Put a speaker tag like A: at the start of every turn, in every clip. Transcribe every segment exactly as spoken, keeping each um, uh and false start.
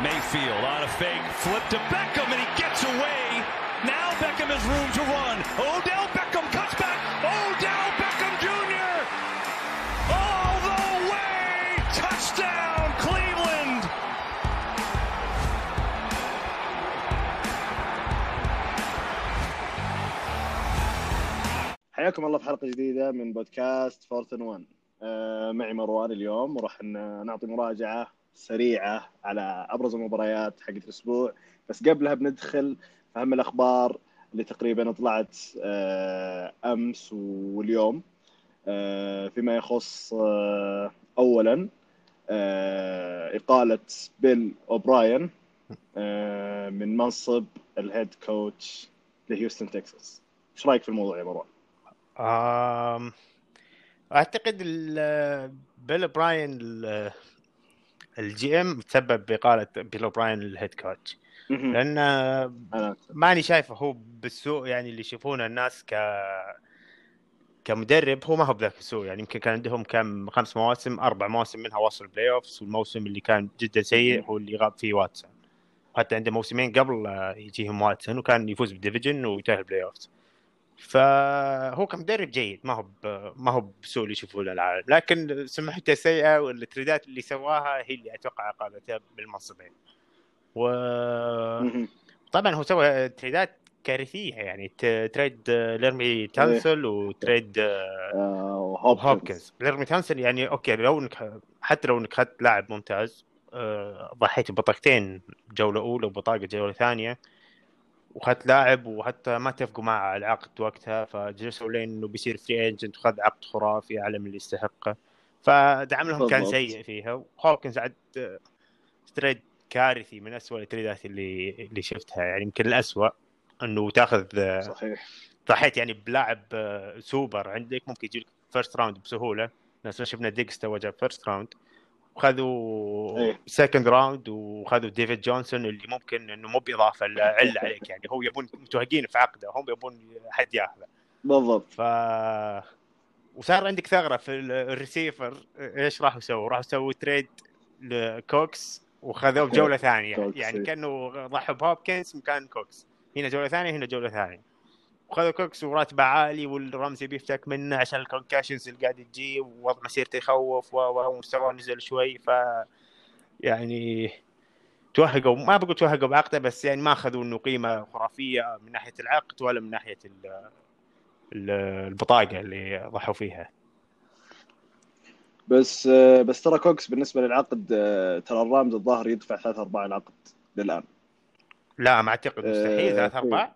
A: Mayfield on a fake flip to Beckham and he gets away. Now Beckham has room to run. Odell Beckham cuts back. Odell Beckham Junior all the way. Touchdown Cleveland.
B: حياكم الله في حلقة جديدة من بودكاست فورث إن ون. آه معي مروان اليوم وراح نعطي مراجعة سريعة على أبرز المباريات حقت الأسبوع، بس قبلها بندخل في أهم الأخبار اللي تقريبا طلعت آه أمس واليوم آه فيما يخص آه أولا آه إقالة بيل أوبراين آه من منصب الهيد كوتش لهيوستن تكساس. إيش رأيك في الموضوع يا مروان؟
C: أم... أعتقد بيل براين الجي ام تسبب بإقالة بيل براين الهيد كوتش، لأن ماني شايفه هو بالسوء، يعني اللي يشوفونه الناس ك كمدرب هو ما هو بذاك السوء. يعني يمكن كان عندهم كم خمس مواسم أربع مواسم منها وصل بلاي أوفس، والموسم اللي كان جدا سيء هو اللي غاب فيه واتسون. حتى عنده موسمين قبل يجيهم واتسون وكان يفوز بالديفيجن ويتأهل بلاي أوفس. فهو كمدرب جيد، ما هو ما هو بسوء اللي يشوفونه العالم، لكن سمعته سيئة والتريدات اللي سواها هي اللي أتوقع قادته بالمنصبين. وطبعا هو سوى تريدات كارثية، يعني تريد ليرمي تانسل وتريد هوبكنز. ليرمي تانسل يعني أوكي، لو إنك حتى لو إنك أخذت لاعب ممتاز ضحيت ببطاقتين جولة أولى وبطاقة جولة ثانية، وخدت لاعب وحتى ما اتفقوا مع العقد وقتها، فجلسوا لين انه بيصير فري ايجنت وخذ عقد خرافي على من اللي يستحقه، فدعم لهم كان سيء فيها. وهوكنز عاد تريد كارثي من أسوأ التريدات اللي اللي شفتها، يعني يمكن الأسوأ انه تاخذ
B: صحيح
C: ضحيت يعني بلاعب سوبر عندك ممكن يجيك فيرست راوند بسهوله، ناس ما شفنا ديكستا وجاب فيرست راوند، وخذوا سكند راوند وخذوا ديفيد جونسون اللي ممكن انه مو باضافه لعله عليك، يعني هو يبون متوهقين في عقده، هم يبون حد ياخذه
B: بالضبط.
C: ف وصار عندك ثغره في الريسيفر. ايش راحوا يسووا؟ راحوا يسووا تريد لكوكس وخذوه بجوله ثانيه، يعني كانه ضحوا بهوبكنز مكان كوكس، هنا جوله ثانيه هنا جوله ثانيه، وخذوا كوكس وراتبه عالي والرمزي بيفتك منه عشان الكونكاشنز اللي قاعد تجي ووضع مسيرته يخوف ومستواه نزل شوي. ف يعني توهقوا، ما بقول توهقوا بعقده، بس يعني ما أخذوا إنه قيمة خرافية من ناحية العقد ولا من ناحية البطاقة اللي ضحوا فيها.
B: بس بس ترى كوكس بالنسبة للعقد، ترى الرامز الظاهر يدفع ثلاثة أرباع العقد للآن.
C: لا ما أعتقد، مستحيل ثلاثة أرباع.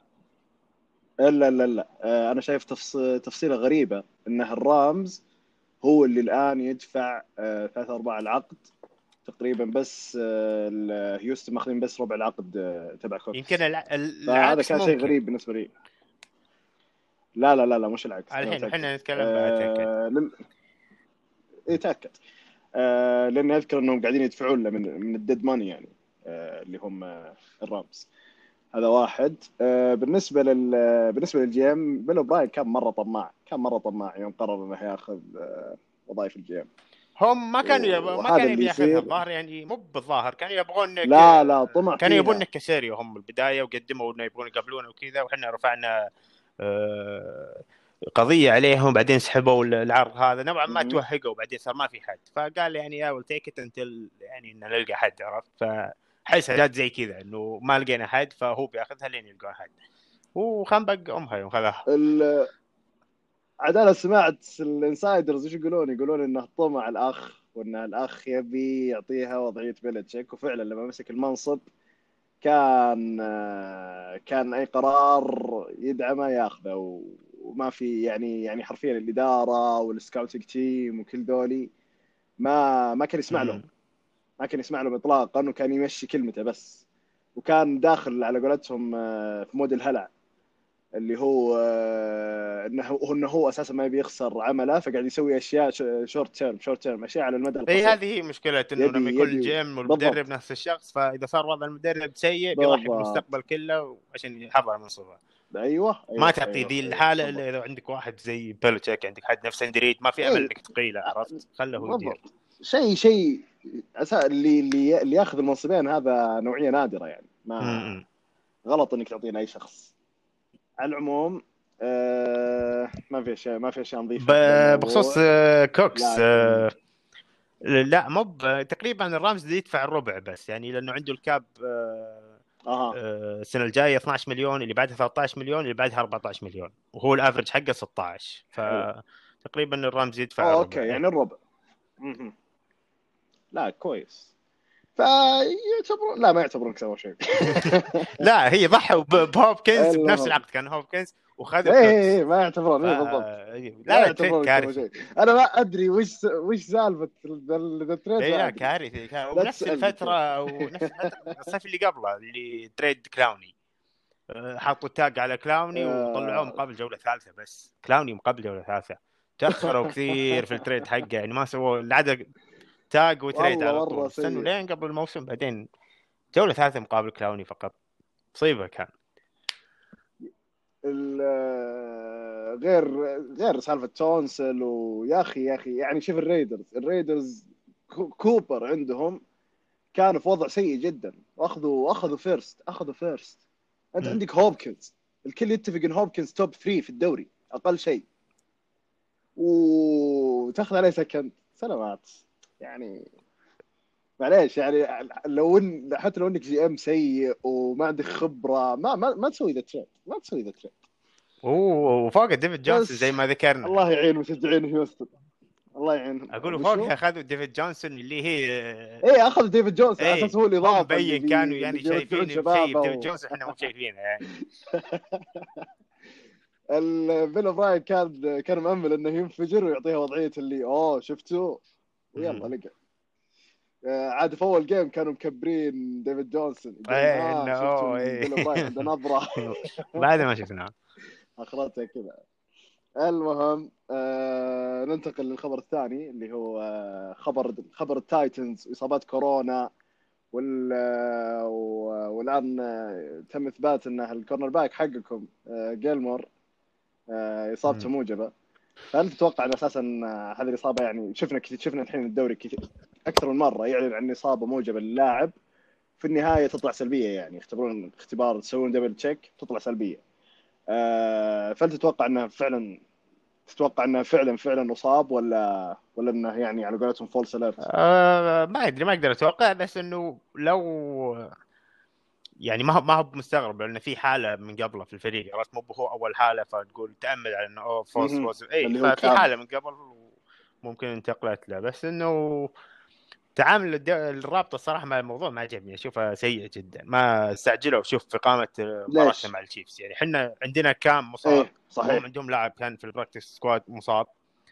B: لا لا لا أنا شايف تفصيلة غريبة إنه الرامز هو اللي الآن يدفع ثلاثة أرباع العقد تقريبا، بس هيوستن ماخذين بس ربع العقد تبع كوكس.
C: يمكن العكس
B: كان شيء غريب بالنسبة لي. لا لا لا لا مش العكس.
C: الحين احنا نتكلم بعد تأكد.
B: لل... يتأكد آه لأن أذكر أنهم قاعدين يدفعون له من من الديد ماني، يعني آه اللي هم آه الرامز. هذا واحد. آه بالنسبة لل بالنسبة للجي ام، بيل أوبراين كان مرة طماع، كان مرة طماع يوم قرر إنه ياخذ آه وظائف الجي ام.
C: هم ما كانوا يب... ما كانوا يبي ياخذها الظاهر، يعني مو بالظاهر كانوا يبغون ك...
B: لا لا طمع
C: كانوا يبون كسيريو هم البداية وقدموا إنه يبغون يقبلونه وكذا، وحنا رفعنا آه... قضية عليهم، بعدين سحبوا العرض هذا نوعا ما توهقوا، وبعدين صار ما في حد، فقال يعني يا ول تيك ات انت يعني إن نلقى حد، عرفت؟ فحس جات زي كذا إنه ما لقينا حد فهو بياخذها لين يلقى حد، وخنبق أمها يوم خذها.
B: ال... عدالة سمعت الانسايدرز ايش يقولون؟ يقولون انه طمع الاخ، وان الاخ يبي يعطيها وضعية بيلتشيك، وفعلا لما مسك المنصب كان كان اي قرار يدعمه ياخذه، وما في يعني يعني حرفيا الاداره والسكاوتنج تيم وكل ذولي ما ما كان يسمع لهم، ما كان يسمع لهم اطلاقا، وكان يمشي كلمته بس، وكان داخل على قولتهم في مود الهلع، اللي هو انه هو انه هو اساسا ما يبي يخسر عمله، فقاعد يسوي اشياء شورت تيرم شورت تيرم اشياء على المدى القصير.
C: اي هذه هي مشكله، انه لما يكون الجيم والمدرب نفس الشخص، فاذا صار وضع المدرب سيء بيضحي بالمستقبل كله عشان يحافظ على منصبه.
B: ايوه, أيوة
C: ما تعطي
B: أيوة
C: ذي
B: أيوة
C: الحاله الا اذا عندك واحد زي بيلوتشيك، عندك حد نفس اندريد ما في امل انك تقيله، عرفت؟ خله هو يدير.
B: شيء شيء اللي اللي اللي ياخذ المنصبين هذا نوعيه نادره يعني، ما غلط انك تعطينا اي شخص. على العموم آه ما في شيء ما في شيء نضيف
C: بخصوص آه كوكس. لا, آه لا مو تقريبا الرامز يدفع الربع بس يعني، لانه عنده الكاب آه
B: آه.
C: آه السنه الجايه اثنا عشر مليون، اللي بعدها ثلاثة عشر مليون، اللي بعدها أربعة عشر مليون، وهو الافرج حقه ستة عشر، فتقريبا الرامز يدفع الربع.
B: اوكي يعني الربع. م-م. لا كويس. فيعتبرون لا ما يعتبرون سووا شيء.
C: لا هي ضحوا بهوبكنز بنفس العقد، كان هوبكنز وخذوا
B: كوكس. ايه ما يعتبرون. ايه بالضبط.
C: لا لا تريد كارثي.
B: انا ما ادري وش وش سالفه التريد.
C: اي لا كارثي كان، ونفس الفتره او نفس الفتره الصيف اللي قبله اللي تريد كلاوني، حطوا التاج على كلاوني وطلعوه مقابل جوله ثالثه، بس كلاوني مقابل جوله ثالثه. تاخروا كثير في التريد حقه يعني، ما سووا العاده تاج وتريد على طول، استنوا لين قبل الموسم بعدين جوله ثالثه مقابل كلاوني فقط. مصيبه كان.
B: غير غير سالفه تونسل ويا اخي يا اخي يعني شوف الريدرز الريدرز كوبر عندهم كانوا في وضع سيء جدا، واخذوا اخذوا فيرست اخذوا فيرست انت م. عندك هوبكنز، الكل يتفق ان هوبكنز توب ثلاثة في الدوري اقل شيء، وتاخذ عليه سكند. سلامات يعني، معليش يعني لو إن حتى لو انك جي ام سيء وما عندك خبره ما ما, ما تسوي ذا تريد ما تسوي ذا تريد.
C: وفوق ديفيد جونسون زي ما ذكرنا.
B: الله يعين مشجعين هيوستن، الله يعينهم.
C: اقول فوق اخذوا ديفيد جونسون اللي هي
B: ايه اخذ ديفيد جونسون
C: ايه
B: اساس هو الاضافه
C: مبين كانوا يعني شايفين شيء ديفيد جونسون احنا مو شايفينه يعني.
B: البيل براين كان كان مأمل انه ينفجر ويعطيها وضعيه اللي اوه شفتوا ويلا لقى. عاد في اول جيم كانوا مكبرين ديفيد جونسون
C: ايه
B: شفتوا بيل براين عنده نظره
C: بعد ما شفناه
B: اخرتها كذا. المهم آه ننتقل للخبر الثاني اللي هو آه خبر خبر التايتنز واصابات كورونا، وال والان آه تم اثبات ان الكورنر باك حقكم آه جيلمور آه اصابته موجبه. فهل تتوقع ان اساسا هذه الاصابه يعني شفنا كثير شفنا الحين الدوري كثير اكثر من مره يعلن عن اصابه موجبه للاعب في النهايه تطلع سلبيه، يعني يختبرون اختبار يسوون دبل تشيك تطلع سلبيه. آه فهل تتوقع انه فعلا تتوقع انه فعلا فعلا اصاب ولا ولا انه يعني على قولتهم فولس اليرت؟
C: أه ما ادري ما اقدر اتوقع، بس انه لو يعني ما هو ما هو مستغرب لانه في حاله من قبله في الفريق، عرفت مو هو اول حاله فتقول تامل على انه اوه فولس فولس اي ففي حاله من قبل ممكن انتقلت له. بس انه تعامل الرابطه الصراحه مع الموضوع ما عجبني، اشوفه سيء جدا. ما استعجلوا شوف في قامه مباراتنا مع التشيفز، يعني احنا عندنا كام مصاب
B: إيه صحيح.
C: عندهم لاعب كان في البراكتس سكواد مصاب.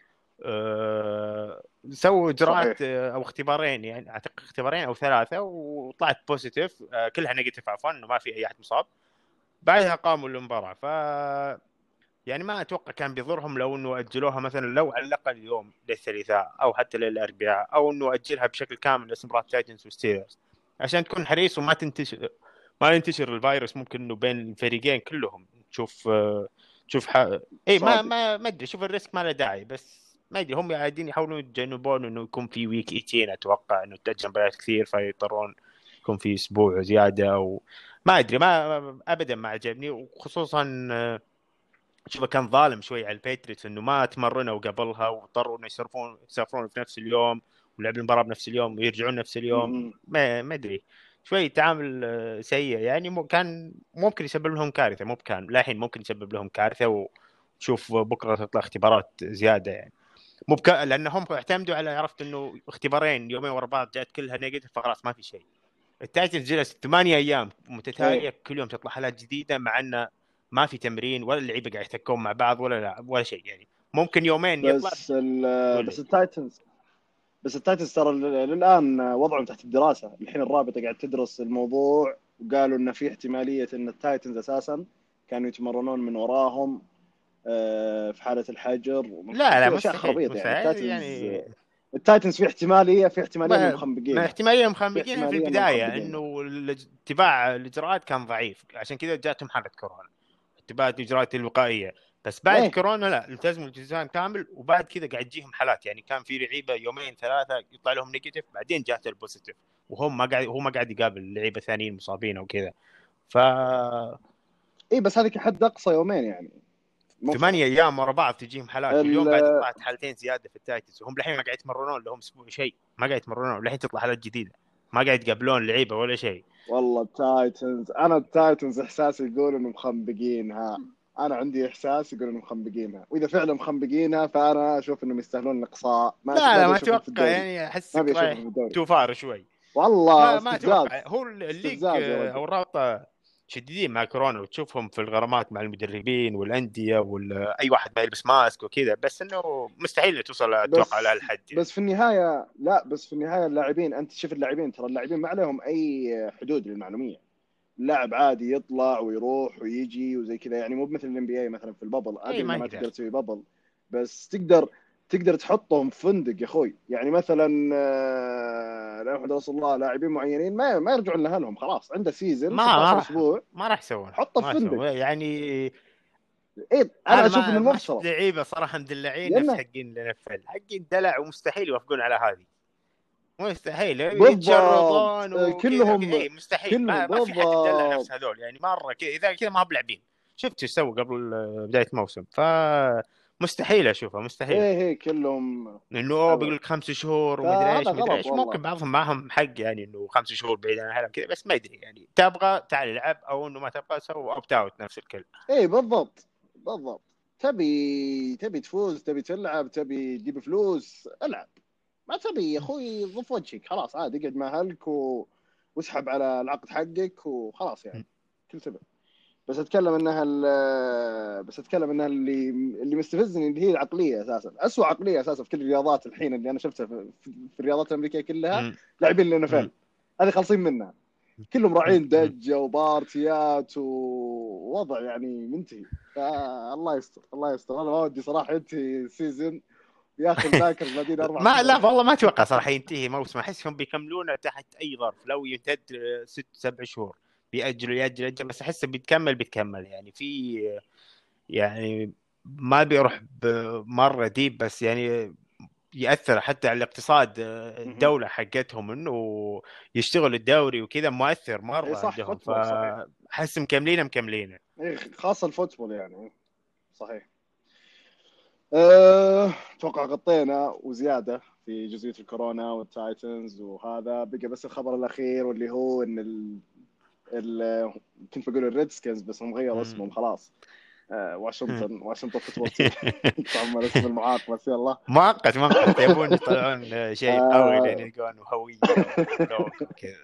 C: أه سووا اجراءات او اختبارين، يعني اعتقد اختبارين او ثلاثه وطلعت بوزيتيف أه كلها نيجاتيف عفوا انه ما في اي احد مصاب. بعدها قاموا المباراه، ف يعني ما اتوقع كان بيضرهم لو انه اجلوها مثلا لو على الاقل اليوم للثلاثاء او حتى للاربعاء، او انه اجلها بشكل كامل لمباراه تايتنز وستيلرز عشان تكون حريص وما تنتشر ما ينتشر الفيروس. ممكن انه بين الفريقين كلهم تشوف تشوف ح... اي ما ما ما ادري شوف الريسك ما له داعي، بس ما ادري هم قاعدين يحاولون يتجنبون انه يكون في ويك ايتين. اتوقع انه تاجل مباريات كثير فيضطرون يكون في اسبوع زياده او ما ادري. ما ابدا ما عجبني، وخصوصا شوف كان ظالم شوي على البيتريتس انه ما تمرنوا قبلها واضطروا انه يصرفون يسافرون في نفس اليوم ولعب المباراه بنفس اليوم ويرجعون نفس اليوم. ما ما ادري شوي تعامل سيء يعني. كان ممكن يسبب لهم كارثه، مو كان لاحين ممكن يسبب لهم كارثه. وشوف بكره تطلع اختبارات زياده يعني مو بك... لانهم اعتمدوا على عرفت انه اختبارين يومين ورا بعض جات كلها نيجاتيف فخلاص ما في شيء. التايتنز جلس ثمانية ايام متتاليه كل يوم تطلع حالات جديده مع انه ما في تمرين ولا اللعيبه قاعد يتكون مع بعض ولا لا ولا شيء يعني. ممكن يومين يطلع
B: بس بس التايتنز بس التايتنز ترى للان وضعهم تحت الدراسه. الحين الرابطه قاعد تدرس الموضوع وقالوا ان في احتماليه ان التايتنز اساسا كانوا يتمرنون من وراهم في حاله الحجر.
C: لا لا مستحيل يعني, يعني
B: التايتنز في احتماليه في احتماليه مخنبقين
C: ما احتماليه مخنبقين في البدايه انه اتباع الاجراءات كان ضعيف عشان كذا جاتهم حاله كورونا. اتباع الاجراءات الوقائيه بس بعد
B: إيه.
C: كورونا لا التزموا الالتزام كامل، وبعد كذا قاعد تجيهم حالات، يعني كان في لعيبه يومين ثلاثه يطلع لهم نيجاتيف، بعدين جات البوزيتيف، وهم ما قاعد هو ما قاعد يقابل لعيبه ثانيين مصابين او كذا. ف
B: اي بس هذه حد اقصى يومين يعني
C: ثمانية ايام ورا بعض تجيهم حالات،
B: ال...
C: واليوم بعد طلعت حالتين زياده في التايتنز، وهم الحين ما قاعد يتمرنون لهم اسبوع شيء، ما قاعد يتمرنون الحين تطلع حالات جديده، ما قاعد يقابلون لعيبه ولا شيء.
B: والله التايتنز، انا التايتنز احساسي يقول انهم مخنبقينها. انا عندي احساس يقول انهم مخنبقينها، واذا فعلا مخنبقينها فانا اشوف انهم يستاهلون الاقصاء. ما
C: لا
B: ما
C: لا
B: ابي
C: ما
B: اشوفهم في
C: اتوقع،
B: الدوري.
C: يعني
B: ما
C: احسك
B: ابي اشوفهم
C: رايح
B: في الدوري
C: توفار شوي.
B: والله.
C: ما ما
B: استفزاز
C: اتوقع، هو الليج
B: استفزاز يا رجل.
C: او الرابطه شديدين مع كورونا، وتشوفهم في الغرامات مع المدربين والانديه واي واحد ما يلبس ماسك وكذا، بس انه مستحيل توصل اتوقع
B: بس
C: لهالحد يعني.
B: بس في النهايه لا بس في النهايه اللاعبين، انت شوف اللاعبين، ترى اللاعبين ما عليهم اي حدود للمعلوميه. اللاعب عادي يطلع ويروح ويجي وزي كذا، يعني مو مثل الام بي اي مثلا في الببل.
C: اي
B: ادري
C: ما
B: انه ما
C: يقدر.
B: تقدر تسوي ببل، بس تقدر تقدر تحطهم في فندق يا اخوي. يعني مثلا آه، لا احد رسول الله، لاعبين معينين ما ما يرجعون لاهلهم، خلاص عنده سيزون
C: ما ما
B: ستة عشر
C: راح
B: اسبوع،
C: ما راح يسوون
B: حطه
C: ما
B: في فندق.
C: يسوون يعني.
B: ايه انا
C: انا
B: اشوف انه
C: ما ما شفت
B: المفترض،
C: لعيبه صراحه مدلعين نفس
B: لانه
C: حقين الانفل، حقين دلع ومستحيل يوافقون على هذه، مستحيل
B: بالضبط
C: يتشرطون
B: آه،
C: وكذا وكذا.
B: كلهم
C: اي مستحيل،
B: كلهم
C: ما ما في حد يدلع نفس
B: بالضبط.
C: هذول يعني مره كذا، اذا كذا ما هو بلاعبين. شفت ايش سووا قبل بدايه الموسم، ف مستحيل اشوفها مستحيل،
B: ايه ايه كلهم
C: لانه هو بيقول
B: هذا.
C: لك خمس شهور ومدري
B: فهذا
C: ايش مدري
B: غلط
C: ايش، ممكن
B: والله.
C: بعضهم معهم حق يعني انه خمس شهور بعيد عن العالم كذا، بس ما ادري يعني تبغى تعال العب، او انه ما تبغى سووا اوبت اوت نفس الكل.
B: ايه بالضبط بالضبط. تبي تبي تفوز، تبي تلعب، تبي تجيب فلوس، العب. ما تبي يا اخوي ضف وجهك، خلاص عاد اقعد مع اهلك و... واسحب على العقد حقك وخلاص يعني كل سبب. بس اتكلم انها ال... بس اتكلم انها اللي اللي مستفزني اللي هي العقليه اساسا، اسوء عقليه اساسا في كل الرياضات الحين اللي انا شفتها في, في الرياضات الامريكيه كلها. لاعبين الان اف ال هذه خالصين منها، كلهم راعين دجه وبارتيات ووضع يعني منتهي. فالله يستر الله يستر. انا ما ودي صراحه انتهي سيزون يا اخي الباكرز بعدين اربع
C: ما لا
B: فرق.
C: والله ما اتوقع صراحه ينتهي موسم، احسهم بيكملونه تحت اي ظرف، لو يمتد ست سبع شهور بيأجلوا يأجل يأجل، بس احسه بيتكمل بيتكمل يعني في يعني ما بيروح مره ديب، بس يعني يأثر حتى على الاقتصاد الدولة حقتهم، انه يشتغل الدوري وكذا مؤثر
B: اي
C: مرة
B: صح،
C: عندهم،
B: فوتبول صحيح.
C: فحس مكملين مكملين
B: اي خاصه الفوتبول يعني صحيح. أه، اتوقع غطينا وزياده في جزئيه الكورونا والتايتنز، وهذا بقى بس الخبر الاخير واللي هو ان ال... ال... كنت بقول الريدسكنز بس هم غيروا اسمهم خلاص. أه واشنطن واشنطن فوتبول تيم طبعا الاسم المعاق بس يلا.
C: مؤقت مؤقت يبون يطلعون شيء قوي لين
B: أه
C: يلقون هوية ولوجو وكذا.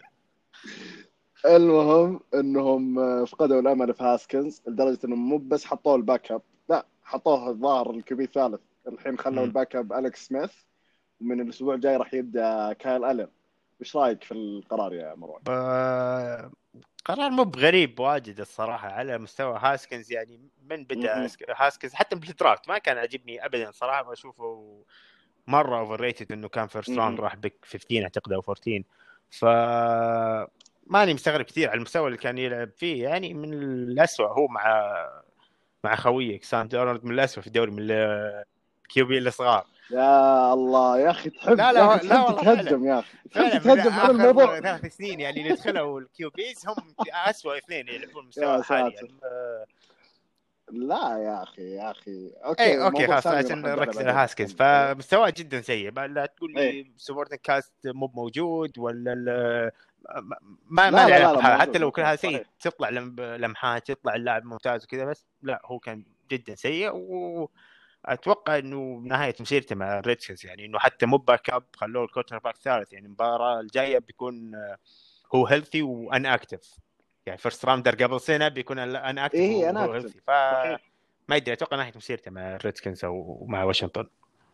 B: المهم انهم فقدوا الامل في هاسكنز لدرجه انهم مو بس حطوه الباك اب، لا حطوه الظاهر الكبي الثالث. الحين خلوا الباك اب اليكس سميث، ومن الاسبوع الجاي راح يبدا كايل الين. ايش رايك في القرار يا مروان؟
C: ب- قرار مو بغريب واجد الصراحة على مستوى هاسكنز، يعني من بدأ هاسكنز حتى بالدرافت ما كان عجبني أبدا صراحة، بشوفه مرة اوفر ريتد، انه كان فيرست راوند راح بيك خمستاشر اعتقد او أربعتاشر، ف ماني مستغرب كثير على المستوى اللي كان يلعب فيه، يعني من الأسوأ هو مع مع خويك سام دارنولد، من الأسوأ في الدوري من الكيوبي الصغار.
B: يا الله يا اخي تحب
C: لا
B: يا اخي
C: لا لا
B: تحب
C: والله فعلا
B: تتهجم يا اخي تحب
C: فعلا من
B: تتهجم على الموضوع.
C: اخر ثلاث سنين يعني اللي دخلوا الكيوبيز هم اسوء اثنين يلعبون المستوى
B: يا
C: الحالي
B: ساتر.
C: يعني.
B: لا يا اخي يا اخي
C: اي
B: اوكي
C: اوكي
B: موضوع
C: خلاص
B: ثاني
C: عشان
B: راح نرجع له
C: نركز على
B: بعدين.
C: هاسكنز،
B: كمل ايوه.
C: فمستواه جدا سيء، لا تقول
B: ايه
C: لي سبورتنج كاست مو موجود ولا ال- ما ما
B: لا لا لا
C: نلعب
B: لا
C: بحاله، حتى
B: موجود
C: لو كان
B: موجود
C: هذا سيء
B: صحيح.
C: تطلع لم- لمحات يطلع اللاعب ممتاز وكذا، بس لا هو كان جدا سيء، واتوقع انه نهايه مسيرته مع الريدسكنز، يعني انه حتى مو باك اب خلوه الكوتر باك ثالث، يعني المباراه الجايه بيكون هو هيلثي وان اكتف، يعني فيرست راوندر قبل سنه بيكون ان اكتف
B: ايه انا
C: وهو
B: اكتب
C: هيلثي، ف
B: صحيح.
C: ما ادري اتوقع نهايه مسيرته مع الريدسكنز او مع واشنطن.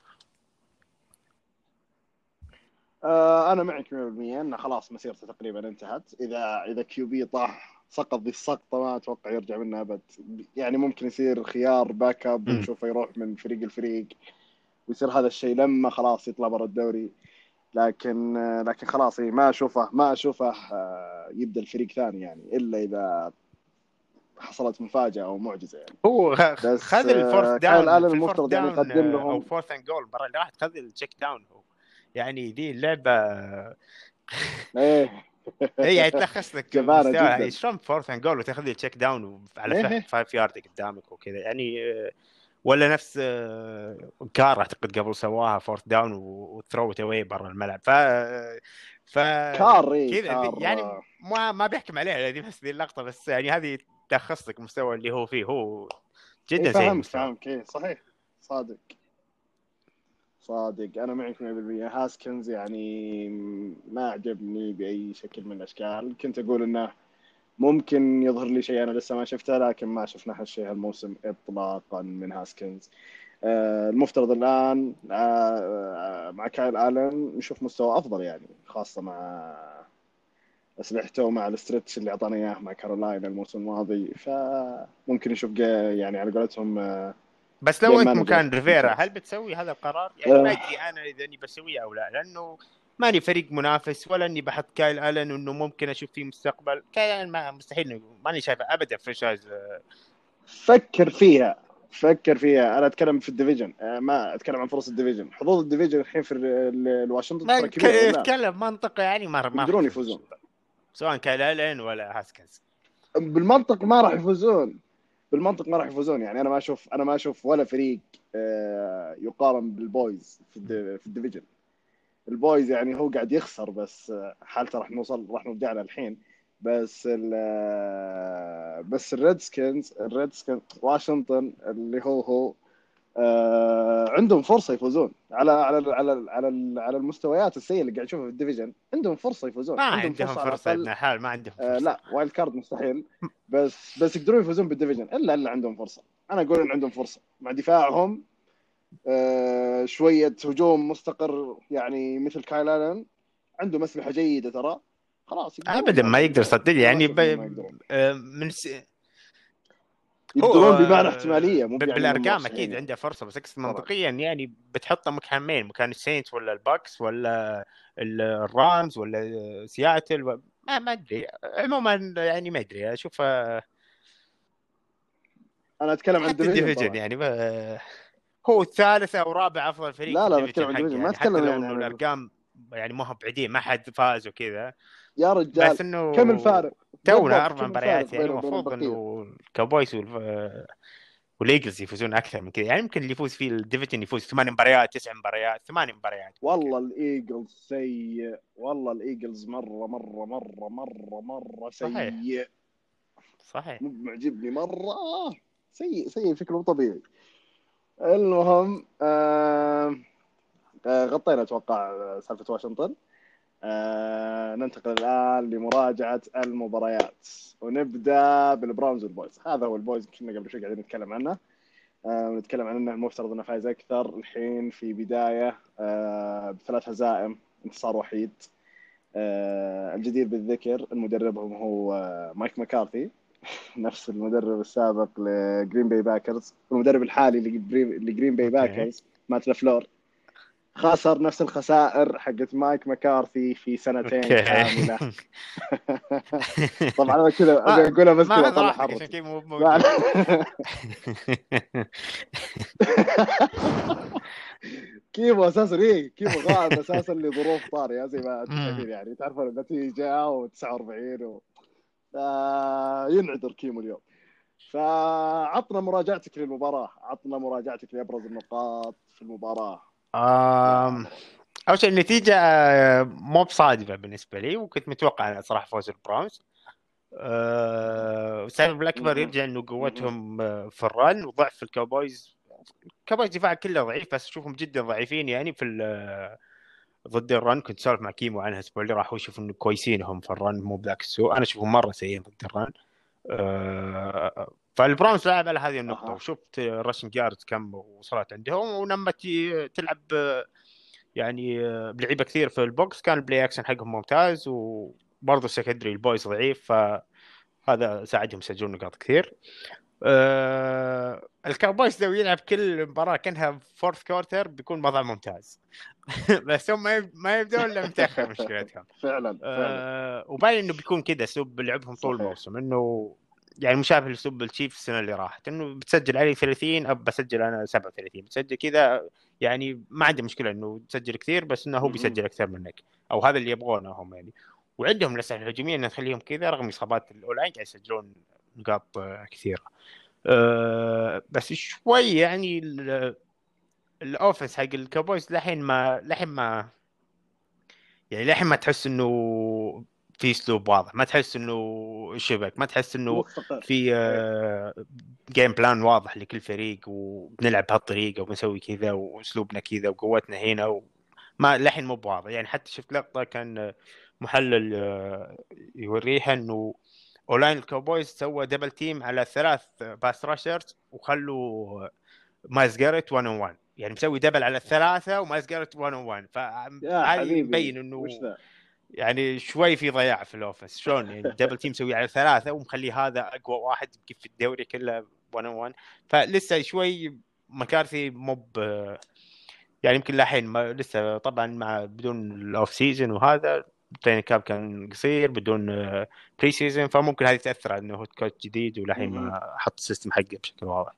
B: آه انا معك مية بالمية انه خلاص مسيرته تقريبا انتهت. اذا اذا كيو بي طاح سقط ذي السقطه ما اتوقع يرجع منها ابد. يعني ممكن يصير خيار باك اب ونشوفه يروح من فريق الفريق ويصير هذا الشيء لما خلاص يطلع برا الدوري. لكن لكن خلاص ما اشوفه ما اشوفه يبدا الفريق ثاني يعني، الا اذا حصلت مفاجأة أو معجزة يعني.
C: هو خذ الفورث داون
B: كايل آلن المفترض يعني يقدم لهم
C: أو فورث أند جول برا اللي راح خذ التشيك داون. هو يعني دي اللعبة
B: إيه
C: اي يعني تلخص لك مستوى شلون فورث اند جول وتاخذ لي تشيك داون على خمسة يارد قدامك وكذا يعني. ولا نفس كار اعتقد قبل سواها فورث داون وثرو اواي برا الملعب. ف ف
B: كار
C: كذا يعني ما ما بيحكم عليها دي بس دي اللقطه بس يعني هذه تلخص لك المستوى اللي هو فيه. هو جدا
B: إيه
C: سيء
B: فهمت
C: المستوى.
B: فهمت كيف صحيح صادق صادق انا معك مية بالمية. هاسكنز يعني ما عجبني باي شكل من الاشكال. كنت اقول انه ممكن يظهر لي شيء انا لسه ما شفته لكن ما شفنا هالشيء هالموسم اطلاقا من هاسكنز. آه المفترض الان آه مع كايل آلن نشوف مستوى افضل يعني خاصه مع اسلحته مع الاسترتش اللي اعطانا اياه مع كارولاينا الموسم الماضي. فممكن نشوف يعني على قولتهم آه
C: بس لو انت مكان ريفيرا هل بتسوي هذا القرار؟ يعني ما ادري انا اذا اني بسويه او لا لانه ماني فريق منافس ولا اني بحط كايل آلن انه ممكن اشوف فيه مستقبل. كايل آلن ما مستحيل ماني شايفه ابدا فرانشايز.
B: فكر فيها فكر فيها انا اتكلم في الديفيجن ما اتكلم عن فرص الديفيجن. حظوظ الديفيجن الحين في الواشنطن
C: ما اتكلم منطقه يعني ما ما
B: يقدرون يفوزون
C: سواء كايل آلن ولا هاسكنز.
B: بالمنطق ما راح يفوزون بالمنطق ما راح يفوزون يعني. انا ما اشوف انا ما اشوف ولا فريق يقارن بالبويز في في الديفيجن. البويز يعني هو قاعد يخسر بس حالته راح نوصل راح نرجع له الحين. بس ال بس الريدسكنز الريدسكنز واشنطن اللي هو هو عندهم فرصه يفوزون على على على على على المستويات السيئه اللي قاعد نشوفها في الديفيجن. عندهم فرصه يفوزون.
C: ما
B: عندهم
C: فرصه, فرصة ابن حال ما عندهم فرصه.
B: آه لا وايلد كارد مستحيل بس بس يقدرون يفوزون بالديفيجن الا الا عندهم فرصه. انا اقول ان عندهم فرصه مع دفاعهم آه شويه هجوم مستقر يعني مثل كايل آلن عنده مسلحه جيده ترى خلاص
C: ابدا ما يقدر صدق يعني ب... من س...
B: يقدرون بمعنى احتماليه
C: مو بالارقام اكيد يعني. عنده فرصه بس اقصد منطقيا يعني بتحطه مكان مكان السينتس ولا الباكس ولا الرامز ولا سياتل و... ما ما ادري عموما يعني ما ادري اشوف.
B: انا اتكلم عن
C: الديفيجن يعني ب... هو الثالث او رابع افضل فريق
B: لا
C: في
B: لا اتكلم عن الديفيجن
C: يعني
B: ما اتكلم
C: يعني
B: يعني
C: الارقام يعني ما هو بعيدين ما حد فاز وكذا
B: يا رجال.
C: بس انه
B: كم الفارق
C: تونا اربع مباريات يعني المفروض انه الكاوبويز وال والايجلز يفوزون اكثر من كذا يعني. يمكن اللي يفوز في الديفيجن يفوز ثمان مباريات تسع مباريات ثمان مباريات.
B: والله الايجلز سيء والله الايجلز مره مره مره مره مره سيء
C: صحيح
B: مو معجبني مره سيء سيء بشكل مو طبيعي. المهم آه آه غطينا اتوقع سالفه واشنطن. آه ننتقل الان لمراجعه المباريات ونبدا بالبراونز والبويز. هذا هو البويز كنا قبل شوي قاعدين نتكلم عنه آه ونتكلم عن انه المفترض انه فايز اكثر. الحين في بدايه آه بثلاث هزائم انتصار وحيد. آه الجدير بالذكر المدربهم هو آه مايك ماكارثي نفس المدرب السابق لجرين باي باكرز. المدرب الحالي لجرين باي باكرز مات لافلور خسر نفس الخسائر حقت مايك ماكارثي في سنتين كاملة. طبعا انا كذا ابي اقولها بس كذا طلع حرة كيمو اساسا ايه كيمو غائب اساسا لظروف طارئة زي ما انتم شايفين يعني. تعرفون النتيجة وتسعة وأربعين و... آه ينعذر كيمو اليوم. فعطنا مراجعتك للمباراة. عطنا مراجعتك لأبرز النقاط في المباراة.
C: أم... أول شيء النتيجة مو بصادفة بالنسبة لي وكنت متوقع صراحة فوز البراونز. أه... السبب الأكبر يرجع إنه قوتهم في الرن وضعف في الكاوبويز. الكاوبويز دفاع كله ضعيف بس أشوفهم جدا ضعيفين يعني في ضد الرن. كنت سولف مع كيمو عنها الأسبوع اللي راح وشوف إنه كويسين هم في الرن مو بذاك السوء. أنا أشوفهم مرة سيئين ضد الرن. أه... فالبراونز لعب على هذه النقطة. أه. وشفت راشنج ياردز كم وصلت عندهم ولما تلعب يعني بلعيبة كثير في البوكس كان البلاي أكشن حقهم ممتاز وبرضه السكندري البويز ضعيف فهذا ساعدهم يسجلون نقاط كثير. أه... الكاوبويز لو يلعب كل مباراة كأنها فورث كوارتر بيكون وضع ممتاز بس هم ما يبدون إلا متأخر مشكلتهم
B: فعلا
C: أه... وباين إنه بيكون كده أسلوب لعبهم طول الموسم إنه يعني مشابه لاسلوب التشيف السنه اللي راحت، انه بتسجل علي ثلاثين اب بسجل انا سبعة وثلاثين، بتسجل كذا يعني ما عنده مشكله انه تسجل كثير، بس انه هو بيسجل اكثر منك، او هذا اللي يبغونه هم يعني. وعندهم الاسلحه الهجوميه انه تخليهم كذا رغم اصابات الاونلاين قاعد يسجلون نقاط كثيره. أه بس شوي يعني الاوفنس حق الكابويز لحين ما لحين ما يعني لحين ما تحس انه في اسلوب واضح، ما تحس انه شبك، ما تحس انه في آه جيم بلان واضح لكل فريق وبنلعب بهالطريقه وبنسوي كذا واسلوبنا كذا وقوتنا هنا و... ما لحين مو بواضح يعني. حتى شفت لقطه كان محلل آه يوريها انه اونلاين الكاوبويز سوى دبل تيم على ثلاث باس راشرز وخلوا مايلز جاريت واحد اون واحد، يعني مسوي دبل على الثلاثه ومايلز جاريت واحد اون واحد، فهذا يبين انه يعني شوي في ضياع في الاوفنس. شلون يعني دبل تيم مسوي على ثلاثه ومخلي هذا اقوى واحد في الدوري كله واحد اون واحد، فلسه شوي مكارثي موب يعني يمكن لحين ما لسه طبعا مع بدون الاوف سيزون وهذا التريننج كاب كان قصير بدون بري سيزون، فممكن هذه تاثر على انه هو كوتش جديد ولحين ما حط السيستم حقه بشكل واضح.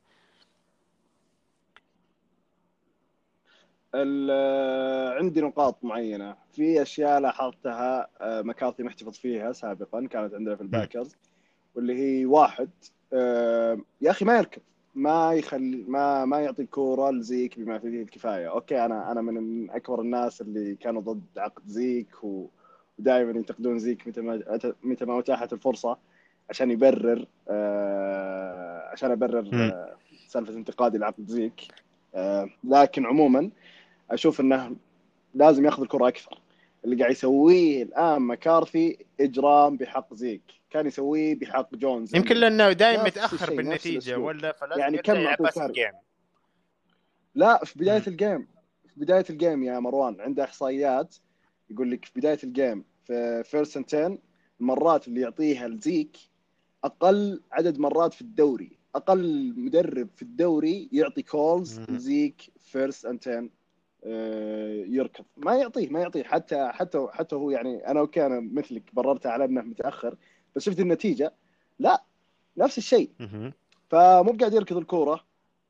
B: عندي نقاط معينة في أشياء لاحظتها مكارثي محتفظ فيها سابقا كانت عندنا في الباكرز، واللي هي واحد يا أخي ما يركض، ما يخلي ما ما يعطي الكورة لزيك بما فيه الكفاية. أوكي أنا أنا من أكبر الناس اللي كانوا ضد عقد زيك ودائما ينتقدون زيك متى ما متى ما أتاحت الفرصة عشان يبرر عشان أبرر سالفة انتقادي لعقد زيك. لكن عموما أشوف أنه لازم يأخذ الكرة أكثر. اللي قاعد يسويه الآن مكارثي إجرام بحق زيك، كان يسويه بحق جونز
C: يمكن لأنه دائما متأخر بالنتيجة ولا فلازم
B: يعني كم
C: يلعب بس الجيم.
B: لا في بداية م. الجيم في بداية الجيم يا مروان عنده إحصائيات يقول لك في بداية الجيم في فيرست اند تن المرات اللي يعطيها لزيك أقل عدد مرات في الدوري، أقل مدرب في الدوري يعطي كولز لزيك فيرست اند تن يركض، ما يعطيه ما يعطيه حتى حتى حتى هو يعني أنا وكان مثلك بررت على أنه متأخر، بس شفت النتيجة لا نفس الشيء، فمو قاعد يركض الكورة،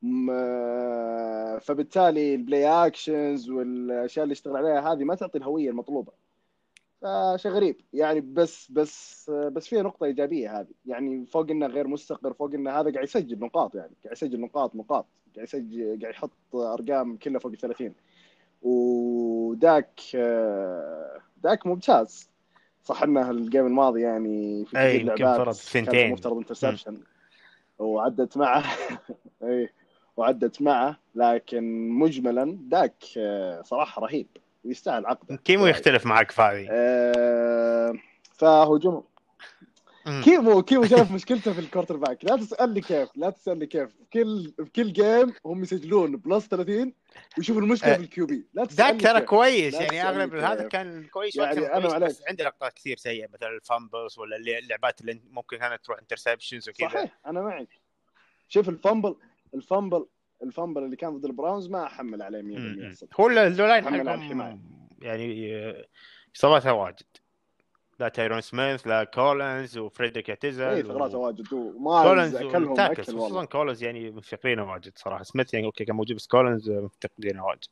B: فبالتالي البلاي أكشنز والأشياء اللي اشتغل عليها هذه ما تعطي الهوية المطلوبة، فشيء غريب يعني. بس بس بس فيها نقطة إيجابية هذه يعني، فوق إنه غير مستقر، فوق إنه هذا قاعد يسجل نقاط يعني قاعد يسجل نقاط نقاط قاعد يسجل قاعد يحط أرقام كلها فوق الثلاثين، وداك داك ممتاز. صح إنه الجيم الماضي يعني في كثير لعبات كان مفترض انترسبشن وعدت معه اي وعدت معه، لكن مجملا داك صراحة رهيب ويستاهل عقده.
C: كيمو يختلف معك فاضي
B: أه فهجوم كيمو كيمو شايف مشكلته في الكورتر باك. لا تسألني كيف لا تسألني كيف كل بكل جيم هم يسجلون بلس ثلاثين ويشوفوا المشكلة أه في الكيوبي. لا
C: تسألني داك ترى كويس يعني اغلب هذا كان كويس
B: يعني انا
C: كويس، بس عنده لقطات كثير سيئة مثلا الفامبلز ولا اللعبات اللي ممكن كانت تروح انترسبشنز وكذا.
B: صحيح انا معك. شوف الفامبل الفامبل الفامبل اللي كان ضد البراونز ما احمل عليه مية بالمية.
C: هو اللاين حقهم يعني اصاباتها واجد، لا تايرون سميث لا كولينز وفريدريك اعتزل
B: اي ثغرات واجد ومايلز اكلهم اكل
C: خصوصا كولينز يعني مفتقدينه واجد صراحه. سميث يعني اوكي كان موجود بس كولينز مفتقدينه واجد.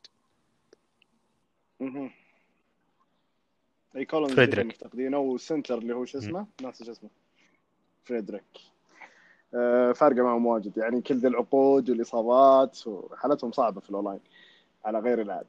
B: اها اي كولينز مفتقدينه والسنتر اللي هو شو اسمه ناس شو اسمه فريدريك أه فارقه معهم واجد يعني كل ذي العقود والاصابات وحالتهم صعبه في الاونلاين على غير العاده.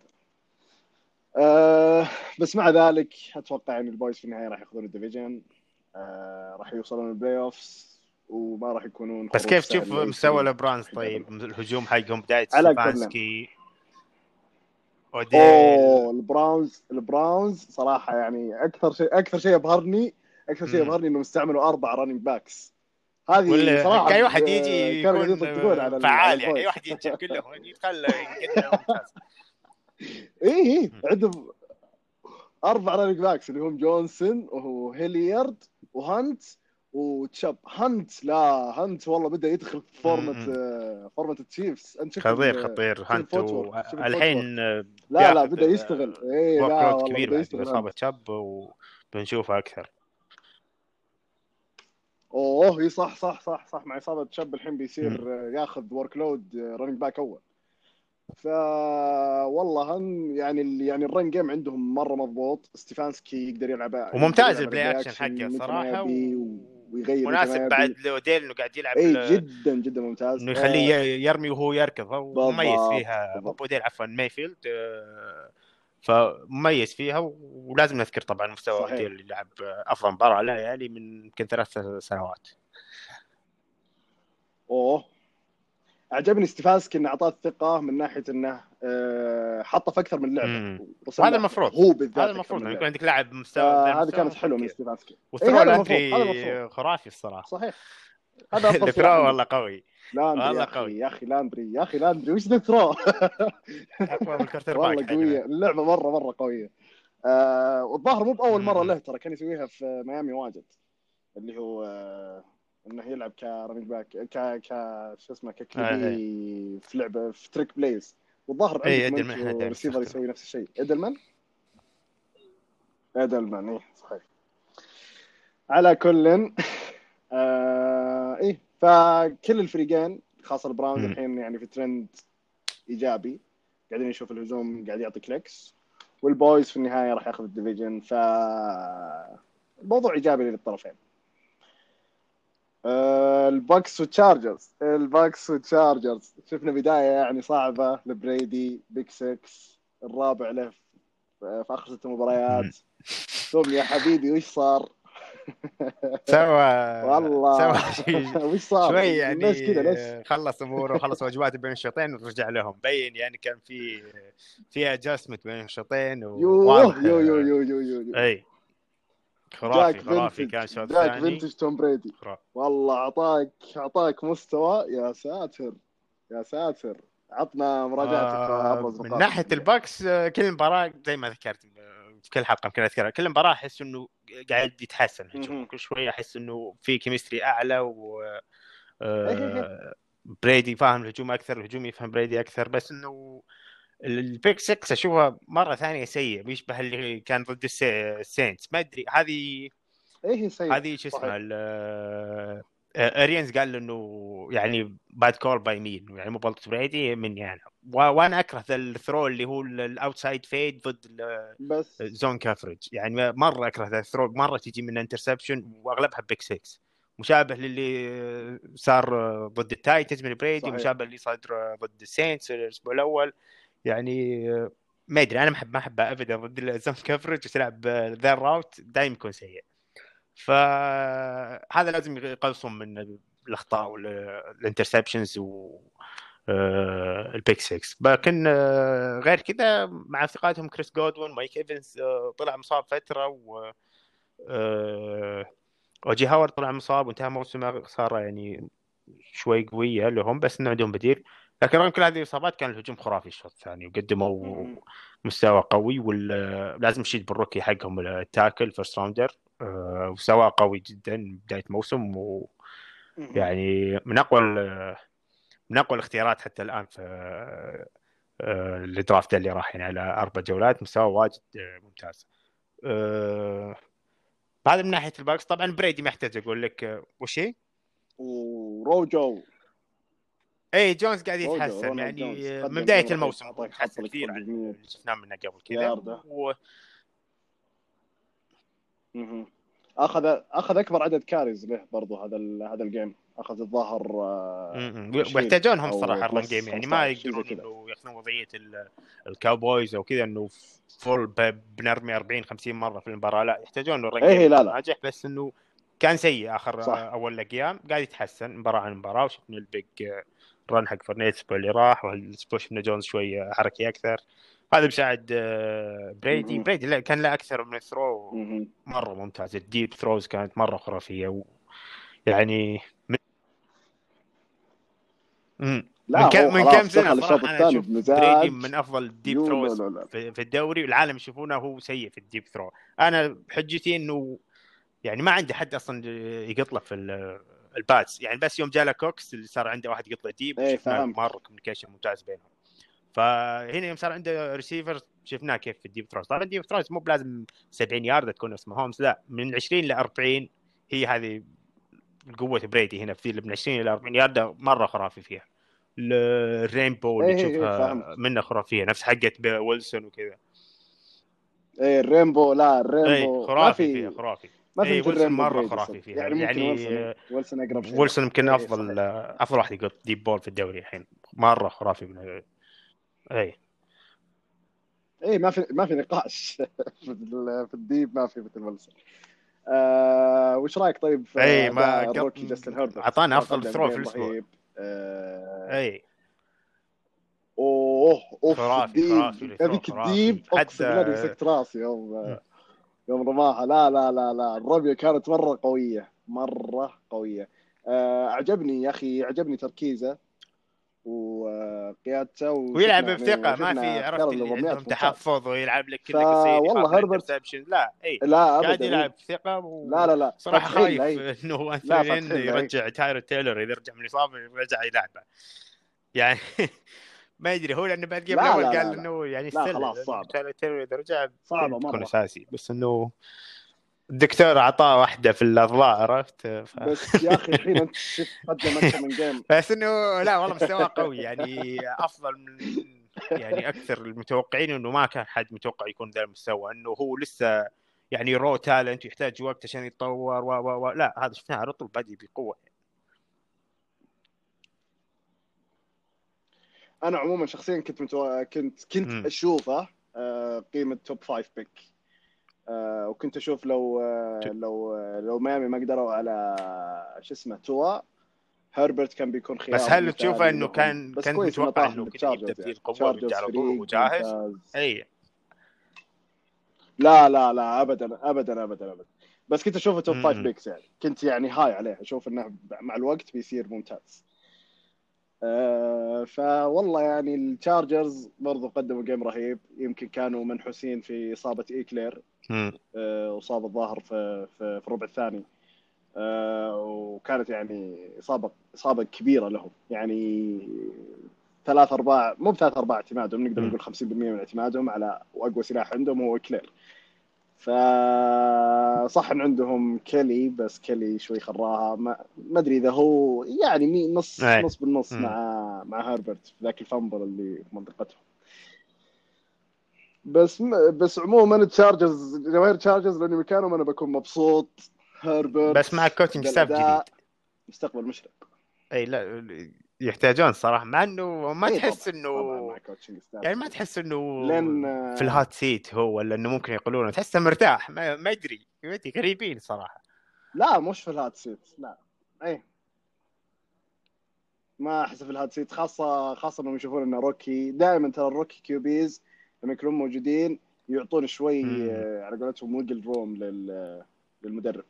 B: أه بس مع ذلك اتوقع ان البويز في النهايه راح ياخذون الديفيجن، أه راح يوصلون البلاي اوفز وما راح يكونون.
C: بس كيف تشوف مستوى البرانز طيب الهجوم حقهم بدايه ستيفانسكي
B: اوديل؟ اوه البراونز البراونز صراحه يعني اكثر شيء اكثر شيء يبهرني اكثر شيء يبهرني انهم استعملوا اربع رانينج باكس. هذه صراحه
C: اي واحد يجي يكون فعال يعني اي واحد يجي كلهم يدخل يقدم ممتاز.
B: ايه ايه عندهم اربع رانينج باكس اللي هم جونسون وهو هيليارد وهانت وتشاب. هانت لا هانت والله بدا يدخل في فورمه فورمه التشيفز.
C: انت خطير خطير هانت الحين
B: لا لا بدا يشتغل. ايه لا
C: والله كبير بعد اصابه تشاب وبنشوفه اكثر.
B: اوه اوه اي صح صح صح صح مع اصابه شاب الحين بيصير ياخذ ورك لود رننج باك اول. ف والله هم يعني ال... يعني الرن جيم عندهم مره مضبوط. ستيفانسكي يقدر يلعب
C: وممتاز البلاي اكشن حقه صراحه
B: و... ويغير
C: مناسب بعد لوديل انه قاعد يلعب
B: اي جدا جدا ممتاز
C: انه يخليه يرمي وهو يركض ومميز فيها.
B: بالضبط.
C: موديل عفوا مايفيلد فمميز فيها. ولازم نذكر طبعا مستوى وديل اللي لعب افضل مباراه له يعني من يمكن ثلاث سنوات.
B: اوه عجبني ستيفانسكي انه اعطاه الثقه من ناحيه انه حطه في اكثر من لعبه.
C: وهذا المفروض
B: هو بالذات
C: هذا المفروض يكون عندك لاعب مستوى
B: هذا كانت حلوه من ستيفانسكي.
C: والثرو لاندري خرافي الصراحه.
B: صحيح هذا افضل
C: الثرو والله قوي
B: والله قوي يا اخي. لاندري يا اخي لاندري وش ذا ثرو
C: اقوى من كارتر باك.
B: والله قويه اللعبه مره مره قويه. آه والظاهر مو باول مره له ترى كان يسويها في ميامي واجد اللي هو آه انه يلعب كرننج باك ك ك شو اسمه ككليبي في لعبه في تريك بلايز. والظاهر عندك ريسيفر يسوي نفس الشيء. ادلمان ادلمان ايه صحيح. على كل آه ايه فكل الفريقين خاصه البراونز الحين يعني في ترند ايجابي. قاعدين نشوف الهجوم قاعد يعطي كليكس والبويز في النهايه راح ياخذ الديفيجن. ف موضوع ايجابي للطرفين. أه الباكس والتشارجرز الباكس والتشارجرز شفنا بدايه يعني صعبه لبريدي. بيك سكس الرابع له في اخر ست مباريات. ثم يا حبيبي وش صار؟
C: سوى
B: والله وش صار
C: شوي يعني الناس كذا ليش خلص اموره وخلص واجباته بين الشوطين ورجع لهم. بين يعني كان في في ادجستمنت بين الشوطين
B: وواضح يو يو يو يو يو, يو.
C: اي خرافي خرافي كان شوط ثاني.
B: جاك فينتج توم بريدي والله اعطاك اعطاك مستوى. يا ساتر يا ساتر. عطنا مراجعتك
C: آه
B: ابرز
C: من ناحيه الباكس كل مباراه زي ما ذكرت في كل حلقه يمكن اذكرها. كل مباراه احس انه قاعد يتحسن هجوم. كل شويه احس انه في كيمستري اعلى و آه بريدي فاهم الهجوم اكثر. الهجوم يفهم بريدي اكثر. بس انه البيك سكس اشوفها مره ثانيه سيء بيشبه اللي كان ضد السينتس. ما ادري هذه
B: ايه سيء
C: هذه شو اسمها اريانز قال له انه يعني باد كول باي مين يعني مو بلط بريدي من يعني. وانا اكره الثرو اللي هو الاوتسايد فيد ضد الزون كافرج يعني مره اكره ذا الثرو. مره تجي من انترسبشن واغلبها بيك سكس مشابه للي صار ضد التايتنز من بريدي. مشابه اللي صار ضد السينتس الاسبوع الاول يعني. ما ادري انا ما احب ما احب ابدا ضد الزون كافرج وتلعب ذا الراوت دائما يكون سيء. فهذا لازم يقلصون من الاخطاء والانترسبشنز و البيك سكس. لكن غير كذا مع ثقاتهم كريس جودوين مايك ايفنز طلع مصاب فتره و وجي هاورد طلع مصاب وانتهى موسمه. صار يعني شوي قويه لهم بس انه عندهم بديل. لكن رغم كل هذه الاصابات كان الهجوم خرافي الشوط الثاني وقدموا مستوى قوي. ولازم نشيد بالروكي حقهم التاكل فيرست راوندر وسوى قوي جدا بدايه موسم. ويعني من اقوى من اقوى الاختيارات حتى الان في الدرافت اللي راح يعني على اربع جولات. مستوى واجد ممتاز. هذا من ناحيه الباكس. طبعا بريدي ما يحتاج اقول لك وش هي.
B: وروجو
C: اي جونز قاعد يتحسن يعني من بدايه الموسم تحسن كثير عن اللي شفناه منه قبل كذا. و...
B: اخذ اخذ اكبر عدد كاريز له برضو هذا هذا الجيم. اخذ الظاهر
C: ويحتاجونهم صراحه الرن جيم يعني ما يقدرون انه ياخذون وضعيه الكاوبويز او كذا انه فول بنرمي أربعين خمسين مره في المباراه. لا يحتاجون الرن جيم ناجح. بس انه كان سيء اخر صح. اول ايام قاعد يتحسن مباراه عن مباراه. وشفنا البيج رن حق فرنيتس اللي راح والاسبوع شفنا جونز شويه حركي اكثر. هذا مساعد بريدي. بريدي لا كان لا اكثر من الثرو مره ممتاز. الديب ثروز كانت مره خرافيه و... يعني من من كم من كم سنه صراحه انا اشوف بريدي من افضل الديب ثروز في... في الدوري. والعالم يشوفونه هو سيء في الديب ثرو. انا بحجتي انه يعني ما عندي حد اصلا يقط له في الباتس يعني. بس يوم جاله كوكس اللي صار عنده واحد يقط له ديب
B: ايه
C: شفنا مره كوميونيكيشن ممتاز بينهم. فهنا يوم صار عنده ريسيفر شفناه كيف في الديب ثروز. طبعا الديب ثروز مو بلازم سبعين يارد تكون اسمه هومز. لا من عشرين ل أربعين هي هذه قوة بريدي هنا في من عشرين إلى أربعين ياردة مرة خرافي فيها. الرينبو اللي
B: إيه إيه
C: تشوفها
B: فهمت.
C: منه خرافية نفس حقت ويلسون وكذا.
B: ايه الرينبو، لا
C: اي
B: الرينبو ما
C: خرافي فيها
B: في
C: خرافي.
B: ما في
C: اي
B: مثل
C: ويلسون
B: رينبو
C: مرة
B: بريدي
C: خرافي
B: صدق.
C: فيها
B: يعني ممكن
C: يعني.
B: ويلسون ويلسون اقرب شيء له.
C: ويلسون يمكن
B: ايه
C: افضل
B: صحيح.
C: افضل واحد يقط ديب بول في الدوري الحين، مرة خرافي من اي.
B: ايه ما في ما في نقاش في ال- في الديب ما في مثل ويلسون. آه وش رايك طيب في
C: اي ما
B: اداء
C: قط
B: الروكي جاستن هيربرت؟
C: اعطانا
B: ترى
C: افضل
B: قدم
C: ثرو في
B: جيم
C: الاسبوع.
B: رهيب. آه
C: اي
B: اوه اوف
C: خرافي خرافي
B: الديب،
C: الثرو
B: هذيك
C: خرافي
B: الديب
C: حتى.
B: اقسم بالله اني مسكت راسي يوم يوم رماها. لا لا لا لا الرمية كانت مرة قوية مرة قوية. آه أعجبني يا أخي، أعجبني تركيزه وقيادته،
C: ويلعب
B: وشفنا يعني
C: بثقة، ما في
B: شفنا
C: عرفت
B: اختيار
C: اللي عندهم
B: للرميات ممتاز.
C: تحفظ ويلعب لك كله قصير يخاف
B: فوالله
C: من
B: هربرت
C: انترسبشن. لا اي
B: لا
C: قاعد
B: أبدا.
C: يلعب
B: إيه
C: بثقة.
B: لا لا لا
C: وصراحة
B: فاتحين له.
C: خايف
B: إيه
C: انه
B: لا
C: انثوني لين
B: فاتحين له. إيه
C: يرجع تايرو تايلور اذا رجع من الاصابة يرجع يلعبه يعني. ما يدري هو لانه بعد الجيم
B: لا
C: الاول
B: لا
C: قال
B: لا لا
C: انه يعني
B: لا
C: يستاهل
B: خلاص
C: لانه
B: صعبة
C: تايلور تايلور اذا رجع
B: صعبة
C: بيكون
B: مرة.
C: اساسي، بس انه الدكتور اعطاه واحده في الاضلاع عرفت ف...
B: بس يا أخي الحين أنت شفت قدم أكثر من جيم.
C: بس انه لا والله مستواه قوي يعني افضل من يعني اكثر المتوقعين، انه ما كان حد متوقع يكون ذا المستوى، انه هو لسه يعني رو تالنت يحتاج وقت عشان يتطور و و و لا هذا شفناه على طول بادي بقوه.
B: أنا عموما شخصيا كنت متو... كنت كنت
C: امم
B: أشوفه آه، قيمة توب فايف بيك. آه، وكنت اشوف لو آه، لو آه، لو ميامي ما قدروا على شو اسمه توا، هربرت كان بيكون
C: بس
B: خيار
C: هل تشوفه
B: مثالي
C: انه
B: لهم.
C: كان
B: بس
C: كان
B: كويس انه
C: متوقع
B: طاح
C: انه كذا يبدا
B: للتشارجرز.
C: بذي
B: يعني
C: القوه ويرجع
B: تشارجرز
C: على طول وهو
B: فريق
C: جاهز؟
B: ممتاز.
C: اي
B: لا لا لا ابدا ابدا ابدا ابدا. بس كنت اشوفه توب فايف
C: امم
B: بيكس. يعني كنت يعني هاي عليه، اشوف انه مع الوقت بيصير ممتاز. أه فوالله يعني التشارجرز برضو قدموا جيم رهيب. يمكن كانوا منحوسين في اصابه ايكلير.
C: امم
B: أه وصاب الظاهر في في, في الربع الثاني. آه، وكانت يعني إصابة إصابة كبيرة لهم. يعني ثلاث أرباع مو بثلاث أرباع اعتمادهم، نقدر نقول خمسين بالمئة من اعتمادهم على وأقوى سلاح عندهم هو كلير. فصح إن عندهم كيلي، بس كيلي شوي خراها. ما ما أدري إذا هو يعني مي نص
C: اي
B: نص بالنص
C: امم
B: مع مع هربرت في ذاك الفامبل اللي في منطقتهم. بس بس عموما التشارجرز جماهير التشارجرز لاني مكانهم انا بكون مبسوط.
C: بس مع
B: هربرت
C: كوتشنج
B: ذا
C: ستاف جديد.
B: الاداء مستقبل مشرق.
C: اي لا يحتاجون صراحه، مع انه ما
B: اي
C: تحس
B: طبعا
C: انه
B: طبعا مع كوتشنج ستاف
C: يعني ما
B: جديد.
C: تحس انه
B: لان
C: في الهات سيت هو، ولا انه ممكن يقولونه تحسه مرتاح ما, ما ادري غريبين صراحه.
B: لا مش في الهات سيت لا. اي ما احس في الهات سيت، خاصه خاصه انهم يشوفون ان روكي دائما. ترى الروكي كيوبيز لما يكونون موجودين يعطون شوي
C: امم
B: آه، على قولتهم ويجل روم لل للمدرب.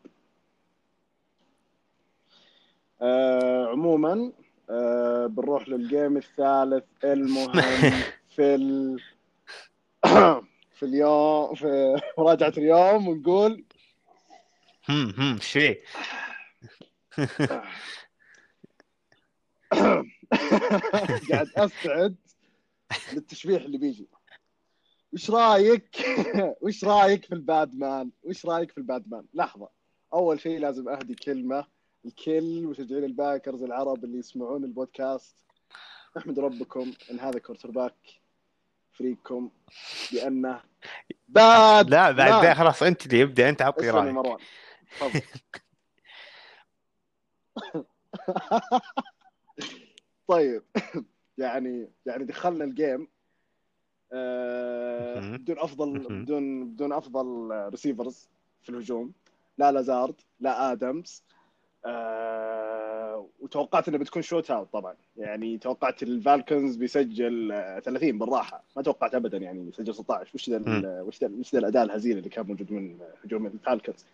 B: آه عموما آه بنروح للجيم الثالث المهم في ال... في اليوم في مراجعة اليوم ونقول
C: هم هم شيء
B: قاعد استعد للتشبيح اللي بيجي. وش رايك وش رايك في البادمان؟ وش رايك في البادمان؟ لحظة، اول شيء لازم اهدي كلمة الكل مشجعين الباكرز العرب اللي يسمعون البودكاست. احمد ربكم ان هذا كورتر باك فريقكم لانه باد
C: لا بعد ده
B: مان.
C: خلاص انت اللي يبدا، انت عطي
B: اسلم يا
C: رايك.
B: مروان تفضل. طيب يعني يعني دخلنا الجيم آه، بدون افضل بدون بدون افضل ريسيفرز في الهجوم. لا لازارد لا ادمز. آه، وتوقعت انه بتكون شوت اوت طبعا. يعني توقعت الفالكنز بيسجل آه، ثلاثين بالراحه. ما توقعت ابدا يعني يسجل ستة عشر. وش ذا وش ذا وش ذا الاداء الهزيل اللي كان موجود من هجوم الفالكنز.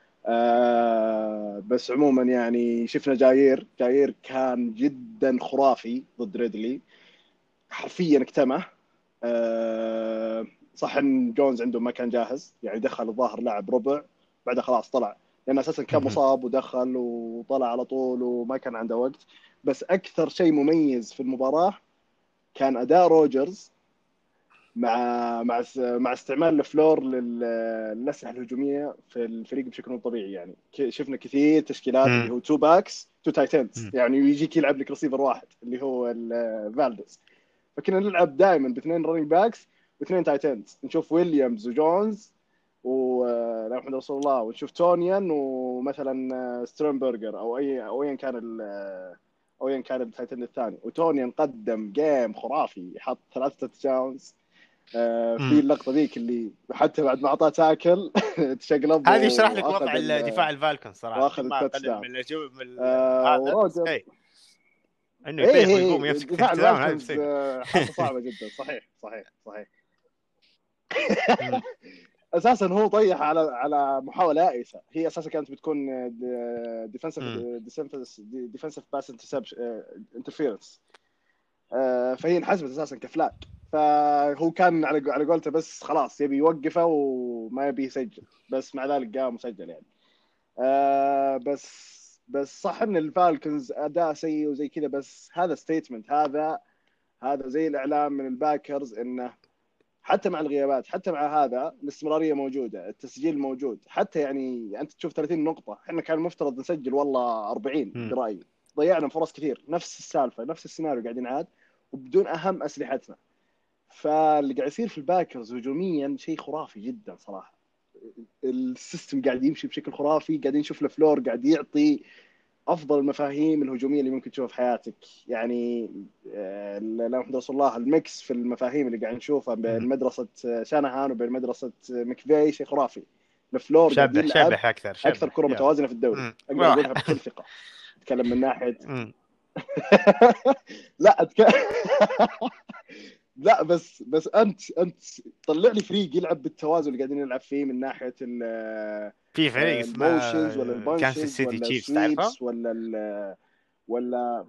B: آه بس عموما يعني شفنا جاير جاير كان جدا خرافي ضد ريدلي. حرفيا اكتمه. آه صح ان جونز عنده ما كان جاهز. يعني دخل الظاهر لاعب ربع بعدها خلاص طلع، لان اساسا كان مصاب ودخل وطلع على طول وما كان عنده وقت. بس اكثر شيء مميز في المباراه كان اداء روجرز مع مع مع استعمال الفلور للأسلحة الهجومية في الفريق بشكل مو طبيعي. يعني شفنا كثير تشكيلات اللي هو تو باكس تو تايتنز، يعني يجيك يلعب لك ريسيفر واحد اللي هو الفالدس، فكنا نلعب دائما باثنين رننج باكس واثنين تايتنز، نشوف ويليامز وجونز ولا محمد رسول الله، ونشوف تونيان ومثلا سترونبرجر او اي او ايا كان ال او ايا كان التايتن الثاني. وتونيان قدم جيم خرافي، حط ثلاثة تاتش داونز. آه في اللقطه ذيك اللي حتى بعد ما اعطاه تاكل تشقلب.
C: هذه يشرح لك وضع الدفاع الفالكون صراحه،
B: واخذ
C: ما
B: التاتش
C: قلل
B: داون
C: من الهجوم من
B: آه
C: هذا اي انه
B: ايه
C: يطيح
B: ايه
C: ويقوم يمسك
B: دفاع
C: التاتش داون.
B: الفالكونز آه حاجه صعبه جدا. صحيح صحيح صحيح اساسا هو طيح على على محاوله يائسه، هي اساسا كانت بتكون ديفنسيف ديفنسيف باس انترفيرنس، فهي انحسبت اساسا كفلاك. فهو كان على على قولته بس خلاص يبي يوقفه وما يبي يسجل، بس مع ذلك قام مسجل يعني. آه بس بس صح ان الفالكنز اداء سيء وزي كذا، بس هذا ستيتمنت، هذا هذا زي الاعلام من الباكرز انه حتى مع الغيابات، حتى مع هذا الاستمراريه موجوده، التسجيل موجود. حتى يعني انت تشوف ثلاثين نقطه، احنا كان المفترض نسجل والله أربعين برايي، ضيعنا فرص كثير. نفس السالفه نفس السيناريو قاعدين عاد وبدون اهم اسلحتنا. فاللي قاعد يصير في الباكرز هجوميا شيء خرافي جدا صراحه. السيستم قاعد يمشي بشكل خرافي، قاعدين نشوف الفلور قاعد يعطي افضل المفاهيم الهجوميه اللي ممكن تشوفها في حياتك. يعني لا محمد رسول الله، الميكس في المفاهيم اللي قاعد نشوفها بين مدرسه شانهان وبين مدرسه مكفي شيء خرافي. الفلور قاعد يلعب
C: شبه اكثر شبه.
B: اكثر كره متوازنه في الدوري، اقدر اقولها بكل ثقه. اتكلم من ناحيه لا أتك... لا بس بس انت انت طلع لي فريق يلعب بالتوازن اللي قاعدين نلعب فيه، من ناحيه ال
C: في فريق
B: البوشنز ولا البانشز
C: ولا
B: السويبس ولا ال ولا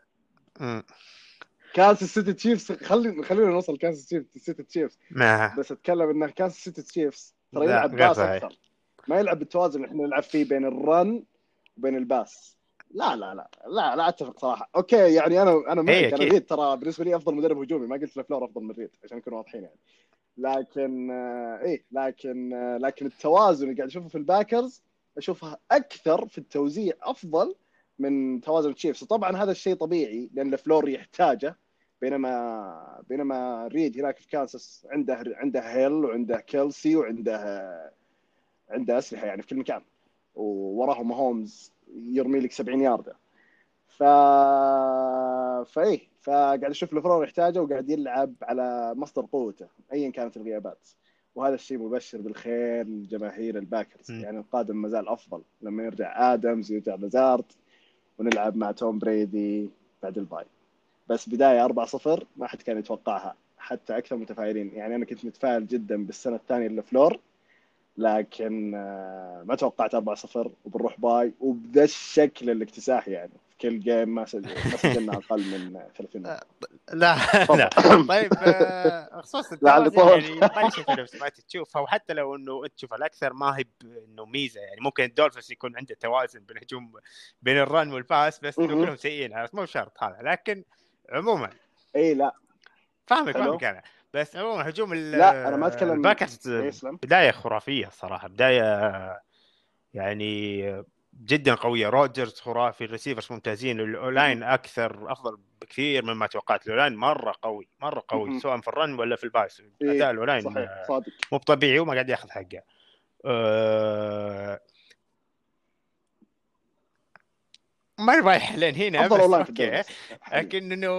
B: كانساس سيتي تشيفز. خلينا خلينا نوصل كانساس سيتي تشيفز، بس اتكلم انه كانساس سيتي تشيفز ترى يلعب باس اكثر، ما يلعب بالتوازن اللي احنا نلعب فيه بين الرن وبين الباس. لا لا لا لا لا اتفق صراحه. اوكي يعني انا انا معك، انا ريد ترى بالنسبه لي افضل مدرب هجومي، ما قلت لفلور افضل من ريد عشان نكون واضحين يعني. لكن آه ايه لكن آه لكن التوازن اللي قاعد اشوفه في الباكرز اشوفها اكثر في التوزيع افضل من توازن التشيفز. طبعا هذا الشيء طبيعي لان الفلور يحتاجه، بينما بينما ريد هناك في كانساس عنده عنده هيل وعنده كيلسي وعنده عنده اسلحه يعني في كل مكان، ووراهم هومز يرمي لك سبعين ياردة. ف فايه فقاعد اشوف الفلور يحتاجه وقاعد يلعب على مصدر قوته ايا كانت الغيابات، وهذا الشيء مبشر بالخير لجماهير الباكرز. م. يعني القادم مازال افضل لما يرجع ادمز يرجع لازارد ونلعب مع توم بريدي بعد الباي. بس بدايه أربعة صفر ما حد كان يتوقعها، حتى اكثر متفائلين. يعني انا كنت متفائل جدا بالسنه الثانيه للفلور، لكن ما توقعت أربعة صفر وبنروح باي وبذا الشكل الاكتساحي. يعني في كل جيم ما سجلنا اقل من ثلاثين نقطة.
C: لا لا طيب خصوصا التوازن يعني ما شيء نفس ما تشوفها، وحتى لو انه تشوف الاكثر ما هي انه ميزه. يعني ممكن الدولفينز يكون عنده توازن بين الهجوم بين الرن والباس، بس كلهم سيئين، هذا مو شرط هذا. لكن عموما
B: اي لا
C: فاهمك فاهمك انا، بس عموما هجوم
B: لا انا ما اتكلم
C: الباكرز بدايه خرافيه صراحه، بدايه يعني جدا قويه. روجرز خرافي، الريسيفرز ممتازين، الاولاين اكثر افضل بكثير مما توقعت. الاولاين مره قوي مره قوي سواء في الرن ولا في الباس. اداء الاولاين مو طبيعي وما قاعد ياخذ حقه. أه... ما رايح لين هنا بس اوكي، لكن انه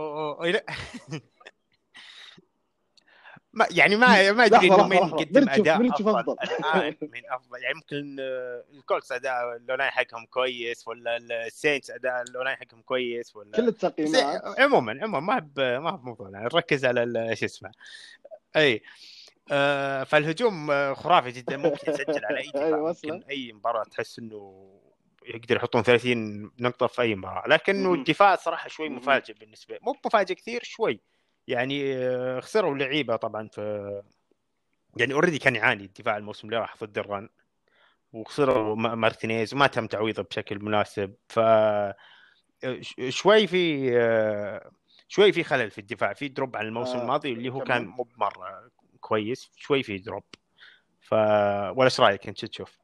C: ما يعني ما ما ادري انه مين قدم اداء افضل الان من افضل. يعني ممكن الكولتس اداء الاونلاين حقهم كويس، ولا السينتس اداء الاونلاين حقهم كويس، ولا
B: كل التقييمات
C: عموما عموما ما ب... ما هو موضوع يعني نركز على ايش اسمه. اي آه فالهجوم خرافي جدا، ممكن يسجل على اي دفاع. ممكن اي مباراه تحس انه يقدر يحطون ثلاثين نقطه في اي مباراه، لكنه الدفاع صراحه شوي مفاجئ بالنسبه، مو مفاجئ كثير شوي. يعني خسروا لعيبه طبعا في يعني اوريدي كان يعاني الدفاع الموسم اللي راح ضد الرن، وخسروا مارتينيز وما تم تعويضه بشكل مناسب. ف شوي في شوي في خلل في الدفاع، في دروب عن الموسم
B: آه
C: الماضي اللي هو
B: كمل.
C: كان مو مره كويس، شوي في دروب. ف ولا ايش رايك انت تشوف؟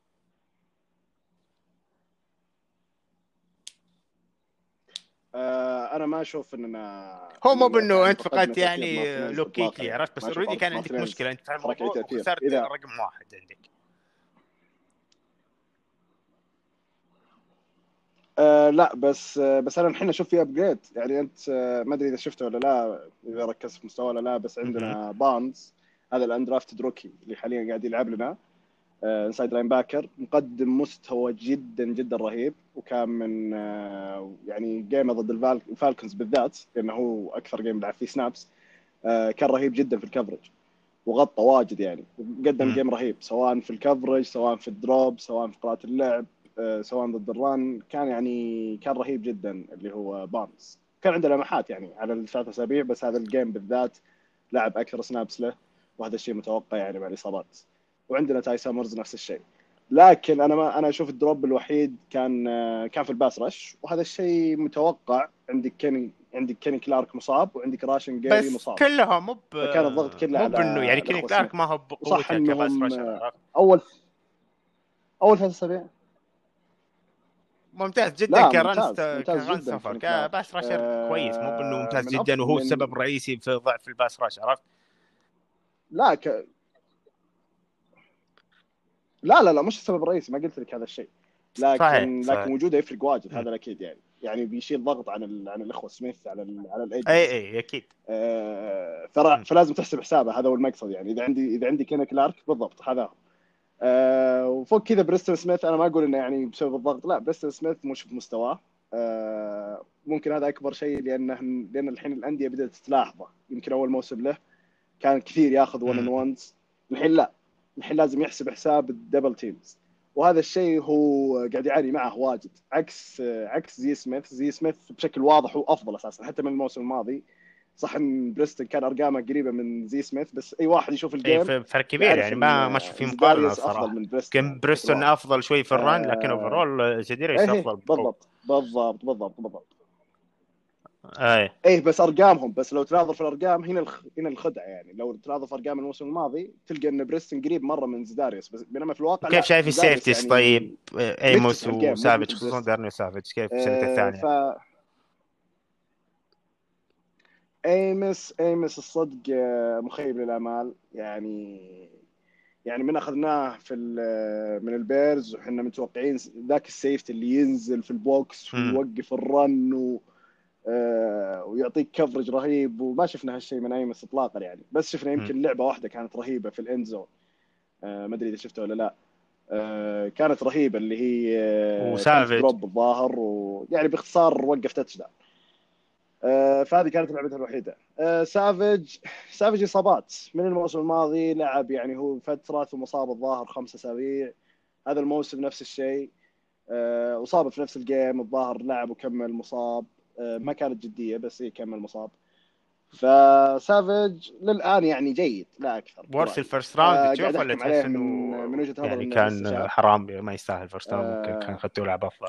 B: آه انا ما اشوف اننا
C: هو مو
B: اننا
C: بانه
B: يعني
C: انت
B: فقدنا
C: فقدت
B: تاثير
C: يعني
B: مارتينيز اطلاقا،
C: لوكيتلي،
B: يعني
C: عرفت؟
B: ما
C: بس
B: اشوف
C: اوريدي كان عندك
B: مارتينيز
C: مشكله انت في
B: ترك اي
C: الموضوع
B: تاثير
C: وخسرت
B: اذا
C: رقم واحد عندك.
B: آه لا بس آه بس انا الحين اشوف في ابجريد. يعني انت آه ما ادري اذا شفته ولا لا، اذا ركزت في مستواه ولا لا، بس عندنا بارنز هذا الاندرافتد روكي اللي حاليا قاعد يلعب لنا آه انسايد لاين باكر، مقدم مستوى جدا جدا رهيب، وكان من آه يعني جيمه ضد الفالكونز بالذات لانه هو اكثر جيم لعب فيه سنابس. آه كان رهيب جدا في الكفرج وغطى واجد يعني، وقدم
C: مم.
B: جيم رهيب سواء في الكفرج سواء في الدروب سواء في قراءة اللعب آه، سواء ضد الران. كان يعني كان رهيب جدا اللي هو بارنز. كان عنده لمحات يعني على الثلاث اسابيع، بس هذا الجيم بالذات لعب اكثر سنابس له، وهذا الشيء متوقع يعني مع الاصابات. وعندنا تاي سامرز نفس الشيء. لكن انا ما انا اشوف الدروب الوحيد كان آه، كان في الباس رش، وهذا الشيء متوقع. عندك كيني عندك كيني كلارك مصاب، وعندك راشن جيري
C: بس
B: مصاب،
C: كلها مو ب
B: فكان الضغط كله
C: مو
B: على
C: بانه يعني كيني
B: الاخوه سميث.
C: كلارك ما هو
B: وصح
C: بقوتها كباس
B: انهم
C: رشر، عرفت؟
B: اول اول ثلاث اسابيع
C: ممتاز جدا
B: لا
C: كرن
B: ممتاز،
C: ست...
B: ممتاز
C: كرن
B: جدا
C: سفر،
B: كيني كلارك.
C: كباس رشر كويس، مو بانه
B: آه
C: ممتاز
B: من أف...
C: جدا وهو
B: من
C: السبب الرئيسي في ضعف الباس رش، عرفت؟
B: لا ك... لا لا لا مش السبب الرئيسي، ما قلت لك هذا الشيء.
C: صحيح
B: لكن لكن
C: صحيح.
B: وجوده يفرق واجد،
C: م.
B: هذا الاكيد يعني. يعني بيشيل ضغط عن ال... عن الاخوه سميث على ال... على
C: اي
B: الايدجز.
C: اي اكيد.
B: آه فرا...
C: م.
B: فلازم تحسب حسابه، هذا هو المقصد يعني. اذا عندي اذا عندي كيني كلارك بالضبط هذا هو. آه وفوق كذا بريستون سميث، انا ما اقول انه يعني بسبب الضغط، لا بريستون سميث مش في مستواه. آه ممكن هذا اكبر شيء، لانه لان الحين الانديه بدات تلاحظه. يمكن اول موسم له كان كثير ياخذ ون ان
C: م.
B: وانز، الحين لا، الحين لازم يحسب حساب الدبل تيمز. وهذا الشيء هو قاعد يعاني معه واجد، عكس عكس زي سميث. زي سميث بشكل واضح هو افضل اساسا حتى من الموسم الماضي. صح ان بريستون كان ارقامه قريبه من زي سميث، بس اي واحد يشوف
C: اي
B: الجيم
C: فرق كبير
B: يعرف
C: يعني،
B: ان
C: ما ما اشوف في مقارنه
B: زداريوس افضل
C: الصراحه.
B: من بريستون
C: كان
B: يعني بشكل
C: بريستون
B: واضح.
C: افضل شوي في الران، لكن
B: آه...
C: اوفرول
B: ايه
C: زيديريس
B: إيه،
C: افضل بقوه.
B: بالضبط بالضبط بالضبط بالضبط.
C: اي
B: ايه بس ارقامهم، بس لو تناظر في الارقام هنا الخ... هنا الخدعه يعني. لو تناظر في ارقام الموسم الماضي تلقى ان بريستون قريب مره من زداريوس، بس بينما في الواقع
C: وكيف
B: لا،
C: شايف
B: زداريوس
C: السيفتيز طيب؟
B: يعني
C: ايموس
B: مكتسح الجيم مو
C: وسافيتش،
B: مثل
C: خصوصا
B: بريستون.
C: دارني سافيتش كيف في السنه
B: آه
C: الثانيه؟
B: ف ايمس ايمس الصدق آه، مخيب للامال يعني. يعني من اخذناه في ال- من البيرز وحنا متوقعين ذاك السيفت اللي ينزل في البوكس
C: امم
B: ويوقف الرن و... آه، ويعطيك كفرج رهيب، وما شفنا هالشيء من ايمس اطلاقا يعني. بس شفنا يمكن لعبه واحده كانت رهيبه في الاند زون، آه، ما ادري اذا شفتها ولا لا. آه، كانت رهيبه اللي هي آه، كانت
C: وسافيتش
B: دروب الظاهر، ويعني باختصار وقف تاتش داون. آه، فهذه كانت لعبته الوحيده. آه، سافيج سافيج اصابات من الموسم الماضي، لعب يعني هو فتره ثم اصاب الظاهر خمسة اسابيع. هذا الموسم نفس الشيء، آه، اصاب في نفس الجيم الظاهر، لعب وكمل مصاب. آه، ما كانت جديه بس هي كمل مصاب. فسافيج للان يعني جيد لا اكثر
C: ورث
B: برايي.
C: الفيرست راوند
B: آه، قاعد
C: تشوف، ولا
B: احكم
C: تحس
B: عليه
C: انه
B: من من وجهه نظر
C: يعني
B: انه لسه
C: كان
B: شاب.
C: حرام ما يستاهل فيرست راوند، ممكن كان
B: آه،
C: اخذته لعب افضل؟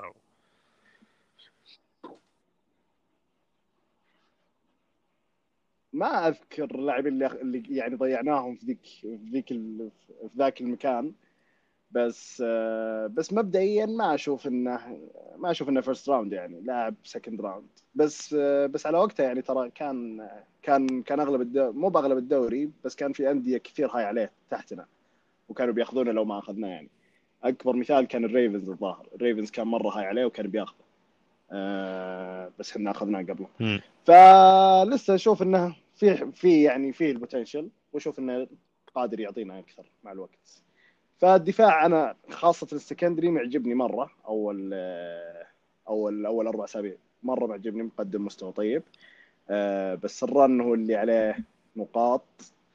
B: ما اذكر اللاعبين اللي اللي يعني ضيعناهم في ذيك في ذيك ال- في ذاك المكان. بس آه، بس مبدئيا ما اشوف انه ما اشوف انه فيرست راوند يعني، لاعب سكند راوند. بس آه، بس على وقتها يعني ترى كان كان كان اغلب الدوري، مو باغلب الدوري، بس كان في انديه كثير هاي عليه تحتنا، وكانوا بياخذونه لو ما اخذناه يعني. اكبر مثال كان الريفنز الظاهر، الريفنز كان مره هاي عليه وكان بياخذه. آه بس احنا اخذناه قبله.
C: امم
B: فلسه اشوف انه في في يعني فيه البوتنشل، واشوف انه قادر يعطينا اكثر مع الوقت. فالدفاع انا خاصه السكندري معجبني مره. اول اول اول اربع اسابيع مره معجبني، مقدم مستوى طيب. آه، بس الرن هو اللي عليه نقاط.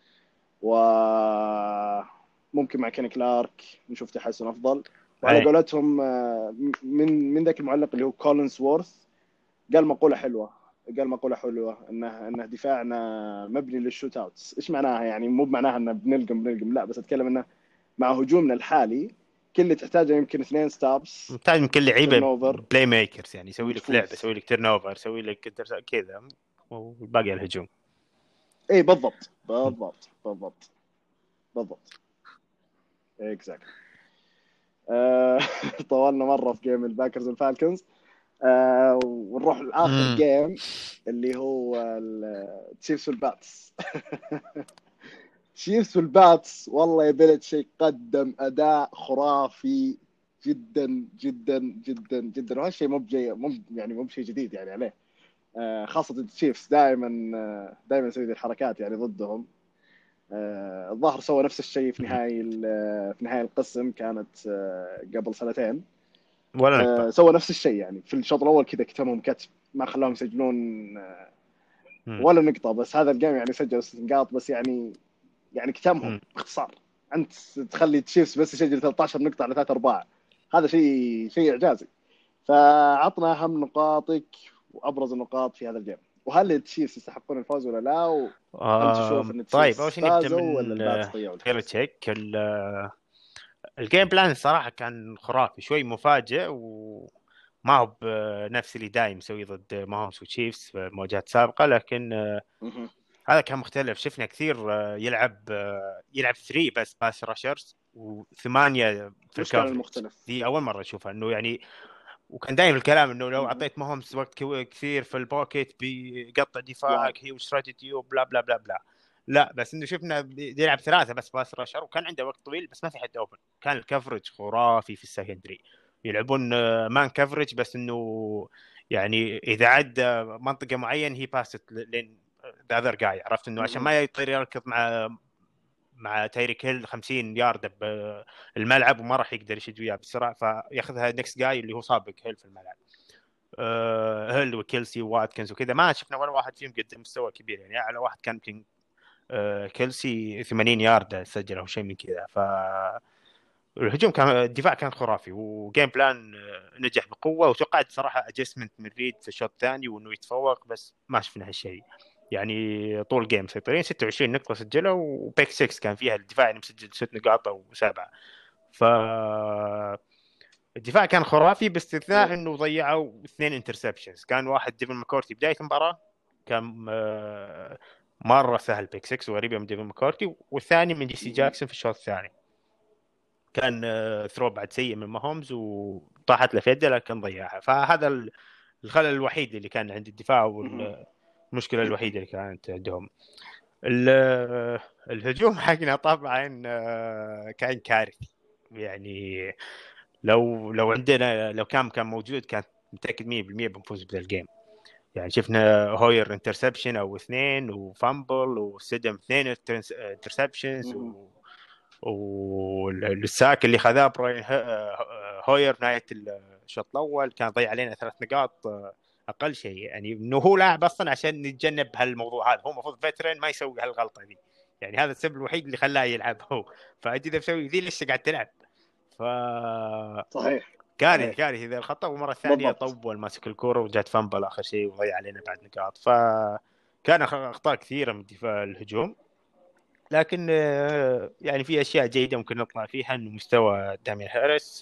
B: وممكن مع كين كلارك نشوف تحسن افضل. وعلى
C: اي
B: قولتهم آه، من من ذاك المعلق اللي هو كولينز وورث، قال مقوله حلوه. قال مقوله حلوه انه انه دفاعنا مبني للشوت اوتس. ايش معناها يعني؟ مو بمعناها انه بنلقم بنلقم، لا، بس اتكلم انه مع هجومنا الحالي كل اللي تحتاجه يمكن اثنين ستابس
C: محتاج يمكن
B: وتيرن
C: لعيبه
B: اوفر
C: بلاي ميكرز، يعني يسوي لك لعبه،
B: وتفوز.
C: يسوي لك تيرن اوفر، يسوي لك كذا. والباقي الهجوم.
B: اي بالضبط بالضبط بالضبط بالضبط اكزاكت. آه طولنا مره في جيم الباكرز والفالكونز. آه ونروح لاخر
C: مم.
B: جيم اللي هو التشيفز والباتس. تشيفز والباتس والله يا بيلتشيك قدم اداء خرافي جدا جدا جدا جدا، وهالشيء مو بجي مو يعني مو بشيء جديد يعني عليه. آه خاصه التشيفز دائما آه دائما يسوي ذي الحركات يعني ضدهم. آه الظاهر سوى نفس الشيء في نهاية في نهاية القسم، كانت آه قبل سنتين.
C: ولا نقطة.
B: آه سوى نفس الشيء يعني في الشوط الأول كذا كتمهم كتف، ما خلاهم يسجلون آه
C: مم.
B: ولا نقطة. بس هذا الجيم يعني سجل ست نقاط بس، يعني يعني كتمهم
C: مم.
B: باختصار. أنت تخلي تشيفز بس يسجل ثلاثة عشر نقطة على ثلاثة أرباع، هذا شيء شيء إعجازي. فعطنا أهم نقاطك وأبرز النقاط في هذا الجيم، وهل التشيفز يستحقون الفوز ولا لا؟ وهل تشوف
C: آه
B: ان
C: طيب اول
B: التشيفز
C: شيء نبدا
B: فازوا ولا
C: من
B: الباتس ضيعوا الفوز؟
C: بيلتشيك. الجيم بلان الصراحه كان خرافي، شوي مفاجئ وما هو بنفس اللي دايم يسوي ضد ماهومس وتشيفز في مواجهات سابقه، لكن
B: مهم.
C: هذا كان مختلف. شفنا كثير يلعب يلعب ثري بس باس راشرز وثمانيه في
B: وش كان
C: الكفرج.
B: المختلف؟
C: دي اول مره اشوفها، انه يعني وكان دايم الكلام انه لو اعطيت ماهومس وقت كثير في البوكيت بيقطع دفاعك، هي واستراتيجي وبلا بلا بلا بلا. لا بس انه شفنا يلعب ثلاثه بس باس راشر، وكان عنده وقت طويل بس ما في حد اوبن. كان الكفرج خرافي في السكندري، يلعبون مان كفرج بس انه يعني اذا عدى منطقه معين هي باست لين ذا اذر جاي، عرفت انه عشان ما يطير يركض مع مع تايريك هيل خمسين يارد بالملعب وما راح يقدر يشد وياه بسرعه، فياخذها نكست جاي اللي هو سابق هيل في الملعب. أه هيل وكيلسي وواتكنز وكذا ما شفنا ولا واحد فيهم قدم مستوى كبير يعني. اعلى واحد كان يمكن أه كيلسي ثمانين يارد سجل او شيء من كذا. ف الهجوم كان الدفاع كان خرافي، وجيم بلان نجح بقوه، وتوقعت صراحه ادجستمنت من ريد في الشوط الثاني وانه يتفوق، بس ما شفنا هالشيء. يعني طول جيم سيطرين، ستة وعشرين نقطه سجلوا، وبيك ستة كان فيها الدفاع يعني مسجل ست نقاط او سبعه. ف الدفاع كان خرافي باستثناء انه ضيعوا اثنين انترسبشنز. كان واحد ديفن ماكورتي بدايه المباراه كان مره سهل بيك ستة وغريبه من ديفن ماكورتي، والثاني من دي سي جاكسون في الشوط الثاني كان ثرو بعد سيء من ماهومز وطاحت له في يده لكن ضيعها. فهذا الخلل الوحيد اللي كان عند الدفاع والمشكله الوحيده اللي كانت عندهم. الهجوم حقنا طبعا كان كارثي يعني. لو لو عندنا لو كان كان موجود كان متاكد مية بالمية بنفوز بهذا الجيم. يعني شفنا هوير انترسبشن او اثنين وفامبل وسيدم اثنين انترسبشنز و والساك اللي خذاه براين هوير نهايه الشوط الاول كان ضيع علينا ثلاث نقاط اقل شيء. يعني انه هو لاعب اصلا عشان نتجنب هالموضوع هذا، هو المفروض فيترن ما يسوي هالغلطه دي يعني. هذا السبب الوحيد اللي خلاه يلعب هو. فاجي اذا مسوي ذي ليش قاعد تلعب؟ ف
B: صحيح
C: كارثي كارثي ذا الخطا. والمره الثانيه طول ماسك الكوره وجات فامبل اخر شيء وضيع علينا بعد نقاط. فكان اخطاء كثيره من دفاع الهجوم، لكن يعني في اشياء جيده ممكن نطلع فيها. انه مستوى دامين هاريس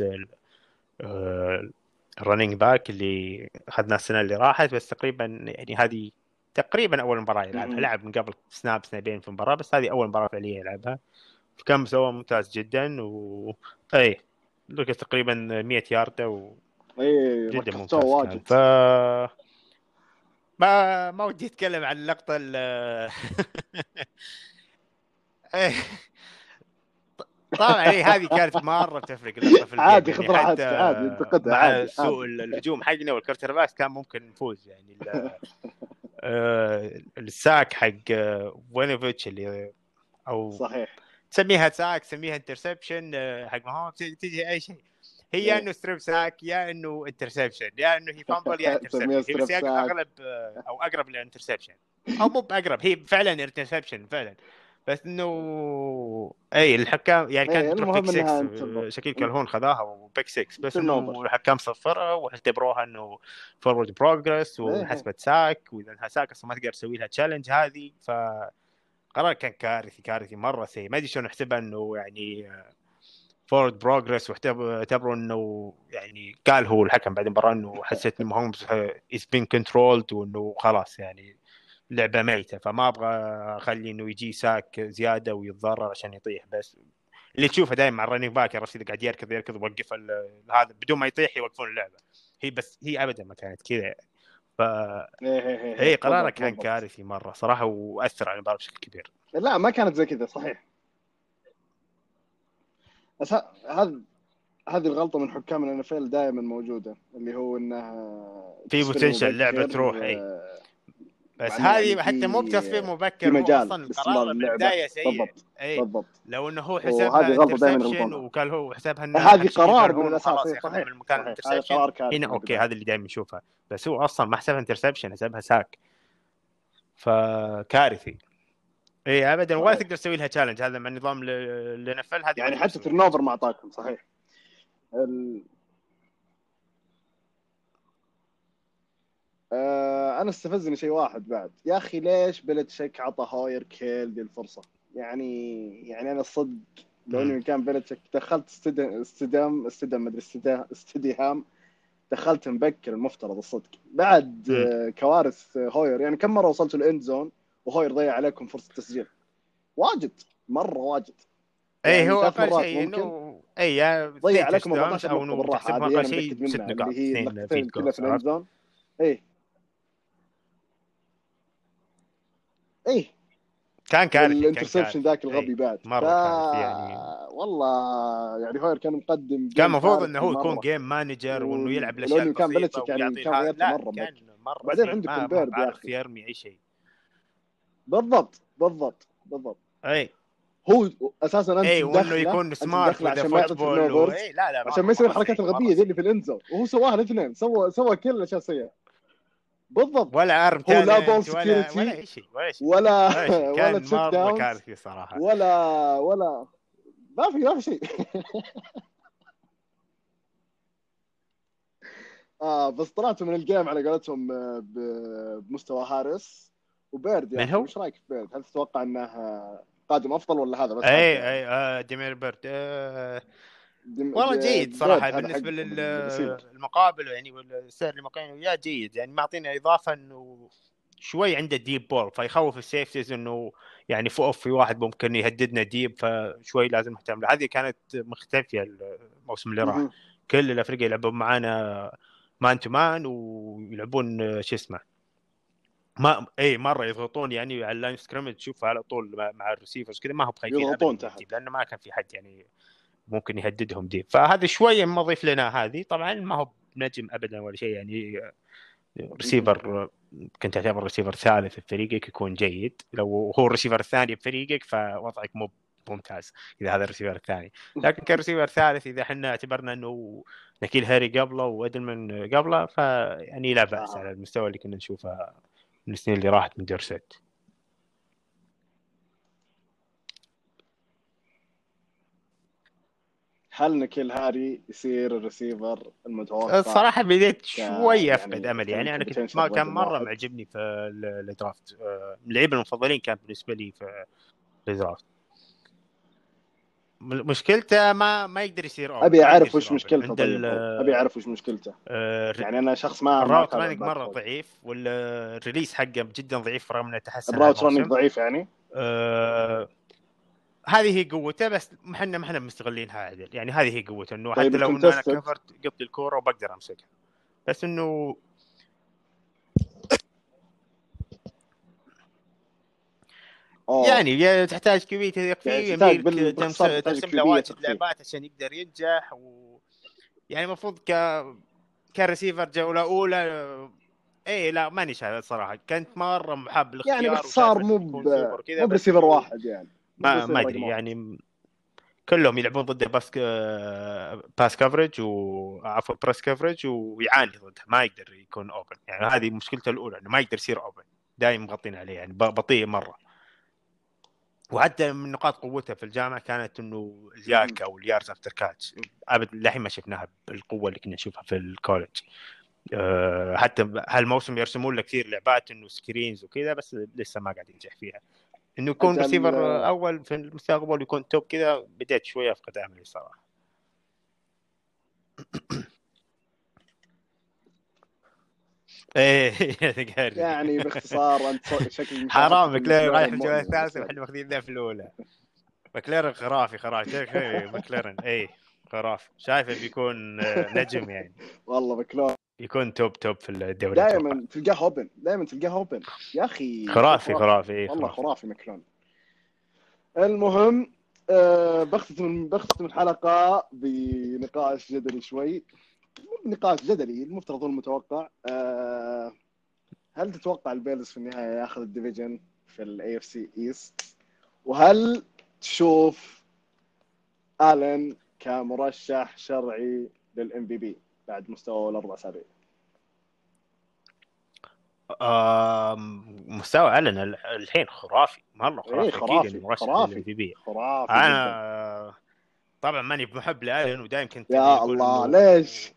C: الرننج باك اللي اخذناه السنه اللي راحت، بس تقريبا يعني هذه تقريبا اول مباراه يلعبها. لعب من قبل سناب سنابين في المباراه، بس هذه اول مباراه فعليه يلعبها. كان مستوى ممتاز جدا، و اي لقيت تقريبا مية ياردة و
B: اي
C: جدا
B: ممتاز
C: كان. ف ما ما ودي اتكلم عن اللقطه ال طبعا إيه هذه كانت مره تفرق اللقطه في الجيم
B: عادي
C: يعني.
B: خذ راحتك
C: حتى
B: عادي انتقدها
C: مع
B: عادي
C: سوء
B: عادي.
C: الهجوم حقنا والكورتر باك كان ممكن نفوز يعني. الساك حق وينوفيتش اللي او
B: صحيح
C: تسميها ساك تسميها انترسبشن حق ما هو تجي اي شيء، هي يا انه ستريب ساك يا انه انترسبشن يا انه هي فامبل يا انترسبشن. هي بس اغلب او اقرب للانترسبشن او مو باقرب، هي فعلا انترسبشن فعلا. بس انه اي الحكام يعني كانت بتروح بيك ستة، شكيل كالهون خذاها وبيك ستة، بس انه الحكام صفرها واعتبروها انه فورورد بروجرس وحسبت ساك، واذا ساك اصلا ما تقدر تسوي لها تشالنج هذه. ف قرار كان كارثي كارثي مره سيء. ما ادري شلون احسبها انه يعني فورد بروجرس، واعتبروا انه يعني قال هو الحكم بعد المباراه انه حسيت انه ماهومز از بين كنترولد وانه خلاص يعني لعبه ميته، فما ابغى اخلي انه يجي ساك زياده ويتضرر عشان يطيح. بس اللي تشوفه دائما مع الرننج باك الرشيد قاعد يركض يركض ويوقف هذا بدون ما يطيح يوقفون اللعبه. هي بس هي ابدا ما كانت كذا. ف اي قراره كان كارثي مره صراحه واثر على المباراه بشكل كبير.
B: لا ما كانت زي كذا صحيح. بس هذا هذه الغلطه من حكام الان اف ال دائما موجوده، اللي هو انها
C: في بوتنشل لعبه تروح. اي بس هذه يعني حتى مو بتصفير مبكر، هو اصلا القرار من البدايه سيء.
B: بالضبط
C: أي.
B: بالضبط.
C: لو انه هو حسبها انترسبشن وقال هو حسبها انه
B: هذه قرار من الاساس.
C: صحيح من المكان الانترسبشن هنا اوكي، هذا اللي دائما نشوفها. بس هو اصلا ما حسبها انترسبشن، حسبها ساك، فكارثي. اي ابدا ولا تقدر تسوي لها تشالنج. هذا مع النظام اللي نفل هذه
B: يعني حتى ترنوفر ما اعطاكم صحيح. ال... آه انا استفزني شيء واحد بعد يا اخي، ليش بيلتشيك عطى هوير كيل دي الفرصه؟ يعني يعني انا الصدق لو اني كان بيلتشيك دخلت استدام استدام استدام ما ادري استديهام دخلت مبكر المفترض الصدق بعد آه كوارث هوير. يعني كم مره وصلت الاند زون وهوير ضيع عليكم فرصه تسجيل؟ واجد مره واجد.
C: يعني اي هو اقل شيء انه اي
B: ضيع عليكم أربعتاشر
C: او انه تحسبها اقل شيء ست نقاط
B: اللي هي اللقطتين كلها في الاند زون. اي اي
C: كان كارثي.
B: الانترسبشن ذاك الغبي بعد
C: مره كارثي يعني.
B: والله يعني هوير كان مقدم،
C: كان المفروض انه هو يكون جيم مانجر و... وانه يلعب الاشياء البسيطه
B: يعني كان غيرته مره
C: كان مره
B: بعدين عندكم بيرد يا اخي
C: يرمي اي شيء.
B: بالضبط بالضبط بالضبط.
C: اي
B: هو اساسا انت
C: اي وانه يكون سمارت
B: عشان ما يعطي
C: و... اي لا لا
B: عشان ما يسوي الحركات الغبيه ذي اللي في الانزو، وهو سواها الاثنين، سوى سوى كل الاشياء السيئه بالضبط.
C: ولا ارم
B: هو لا بول سكيورتي
C: ولا شيء ولا شيء
B: ولا
C: ولا تشيك داون كارثي صراحه،
B: ولا ولا ما في ما في شيء. اه بس طلعتوا من الجيم على قولتهم بمستوى هارس وبيرد. يعني ايش رايك في بيرد؟ هل تتوقع انه قادم افضل ولا هذا بس؟
C: اي اي آه ديمير بيرد آه والله جيد صراحه بالنسبه للمقابل يعني والسعر اللي مقيمه وياه جيد. يعني معطينا اضافه انه شوي عنده ديب بول فيخوف السيفتيز انه يعني فوق في واحد ممكن يهددنا ديب، فشوي لازم نهتم له. هذه كانت مختفيه الموسم اللي راح. كل الافريقيا يلعبون معانا مان تو مان ويلعبون شو اسمه ما اي مره يضغطون يعني على اللاين سكريمج تشوف على طول مع الريسيفرز كذا، ما هو بخايفين ابدا لانه ما كان في حد يعني ممكن يهددهم دي. فهذا شويه مضيف لنا. هذه طبعا ما هو نجم ابدا ولا شيء يعني ريسيفر كنت تعتبر ريسيفر ثالث في فريقك يكون جيد. لو هو الريسيفر الثاني بفريقك فوضعك مو ممتاز اذا هذا الريسيفر الثاني، لكن كريسيفر ثالث اذا احنا اعتبرنا انه نكيل هاري قبله وادلمن قبله فيعني لا باس على المستوى اللي كنا نشوفه من السنين اللي راحت من دورسيت.
B: هل نكيل هاري يصير الريسيفر المتوقع؟
C: الصراحه بديت شويه افقد يعني امل. يعني انا كنت ما كان مره معجبني في الدرافت، من اللعيبه المفضلين كان بالنسبه لي في الدرافت. مشكلته ما ما يقدر يصير أوبن.
B: ابي اعرف وش مشكلته. طيب ابي اعرف وش مشكلته. أه يعني انا شخص ما
C: الراوت رانينج مره ضعيف والريليس حقه جدا ضعيف رغم انه تحسن.
B: الراوت رانينج ضعيف يعني
C: أه هذه هي قوته، بس احنا ما احنا مستغلينها عدل. يعني هذه هي قوته انه طيب حتى لو انه انا كفرت قبل الكوره وبقدر امسكها، بس انه أوه. يعني تحتاج كبير يكفي يعني يميل ترسم له واجد لعبات عشان يقدر ينجح و... يعني المفروض ك كريسيفر جوله اولى ايه لا ماني شايف صراحه. كنت مره محب الاختيار
B: يعني باختصار مو مو بريسيفر واحد يعني
C: ما ما ادري يعني كلهم يلعبون ضد باس باس كفرج وعفوا بريس كفرج ويعاني ضده، ما يقدر يكون اوبن. يعني هذه مشكلته الاولى انه ما يقدر يصير اوبن، دائما مغطين عليه يعني بطيء مره. وحتى من نقاط قوته في الجامعه كانت انه الياك او اليارز افتر كاتش ابد لحين ما شفناها بالقوه اللي كنا نشوفها في الكولج. أه حتى هالموسم يرسمون له كثير لعبات انه سكرينز وكذا بس لسه ما قاعد ينجح فيها. انه يكون ريسيفر اول في المستقبل يكون توب كذا بديت شويه افقد املي صراحه. ايه
B: يعني باختصار انت شكل
C: حرام مكلارن رايح الجوله الثالثه واحنا واخذين ذا في الاولى. مكلارن خرافي خرافي مكلارن ايه خرافي، شايفه بيكون نجم يعني.
B: والله مكلارن
C: يكون توب توب في الدوري.
B: دائما تلقاه اوبن، دائما تلقاه اوبن يا اخي.
C: خرافي خرافي إيه
B: والله
C: خرافي,
B: خرافي مكلارن. المهم أه بختم بختم الحلقه بنقاش جدلي شوي، نقاش جدلي المفترض المتوقع. أه هل تتوقع البيلز في النهايه ياخذ الديفيجن في الاي اف سي ايست؟ وهل تشوف آلن كمرشح شرعي للام بي بي بعد مستوى الاربع اسابيع؟
C: آه مستوى آلن الحين خرافي مره خرافي.
B: ايه خرافي
C: اكيد مرشح
B: خرافي
C: للام بي.
B: خرافي
C: انا جداً. طبعا ماني بمحب لآلن ودائما كنت
B: يا
C: يقول
B: الله
C: إنه
B: ليش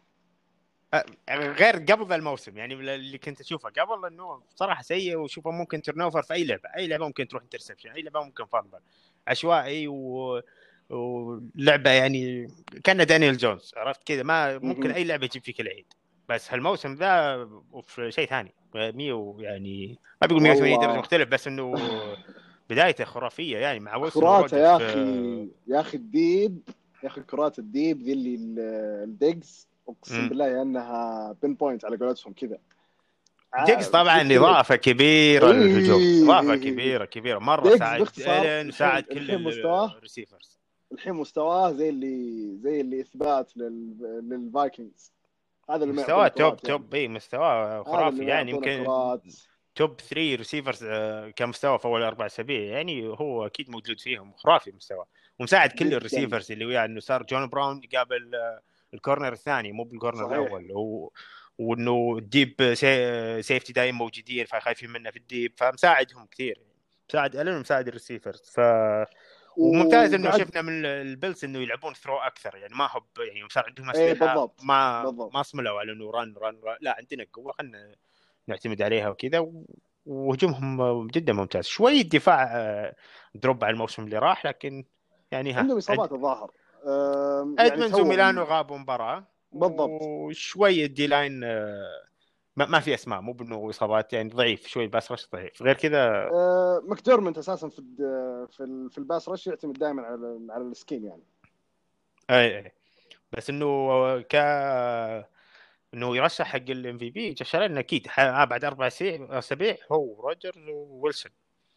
C: غير قبل ذا الموسم يعني اللي كنت اشوفه قبل انه بصراحه سيء، وشوفه ممكن ترنوفر في اي لعبه، اي لعبه ممكن تروح انترسبشن، اي لعبه ممكن فامبل عشوائي و... ولعبه يعني كان دانيال جونز، عرفت كذا، ما ممكن اي لعبه يجيب فيك العيد. بس هالموسم ذا وفي شيء ثاني مية يعني ما بيقول مية وثمانين درجه مختلف، بس انه بدايته خرافيه يعني مع وسط
B: كراته يا
C: في...
B: اخي يا اخي الديب يا اخي كرات الديب ذي اللي الديجز اقسم بالله انها بين بوينت على قولتهم كذا.
C: ديكس طبعا اضافه كبيره
B: إيه
C: للهجوم، اضافه
B: إيه
C: كبيره كبيره مره،
B: ديجز
C: ساعد
B: باختصار
C: إلين وساعد كل الريسيفرز.
B: الحين مستواه زي اللي زي اللي اثبات لل... للفايكنجز. هذا اللي ما
C: مستواه
B: يعطون
C: توب
B: كرات
C: توب
B: يعني.
C: اي مستواه خرافي يعني يمكن توب ثلاثة ريسيفرز كمستوى في اول اربع اسابيع يعني هو اكيد موجود فيهم، خرافي مستوى ومساعد كل الريسيفرز اللي وياه، انه صار جون براون يقابل الكورنر الثاني مو بالكورنر الاول، و... وانه الديب سي... سيفتي دايم موجودين فخايفين منه في الديب، فمساعدهم كثير يعني. مساعد ألن ومساعد الريسيفرز. ف وممتاز انه وبعد... شفنا من البيلز انه يلعبون ثرو اكثر يعني، ما هو يعني صار عندهم اسلحه.
B: ايه بالضبط.
C: ما
B: بالضبط.
C: ما صملوا على انه رن رن, رن. لا عندنا قوه خلينا نعتمد عليها وكذا و... وهجومهم جدا ممتاز. شوي الدفاع دروب على الموسم اللي راح، لكن يعني ها
B: عندهم اصابات الظاهر.
C: أه... ادمنز يعني وميلانو غابوا مباراه
B: بالضبط.
C: وشوي الدي لاين أه... ما في اسماء، مو بانه اصابات يعني ضعيف شوي، باس رش ضعيف غير كذا.
B: أه ماكديرمنت اساسا في في في الباس رش يعتمد دائما على على السكين يعني.
C: اي اي بس انه ك انه يرشح حق الام في بي جشرين اكيد بعد اربع اسابيع هو روجرز وويلسون.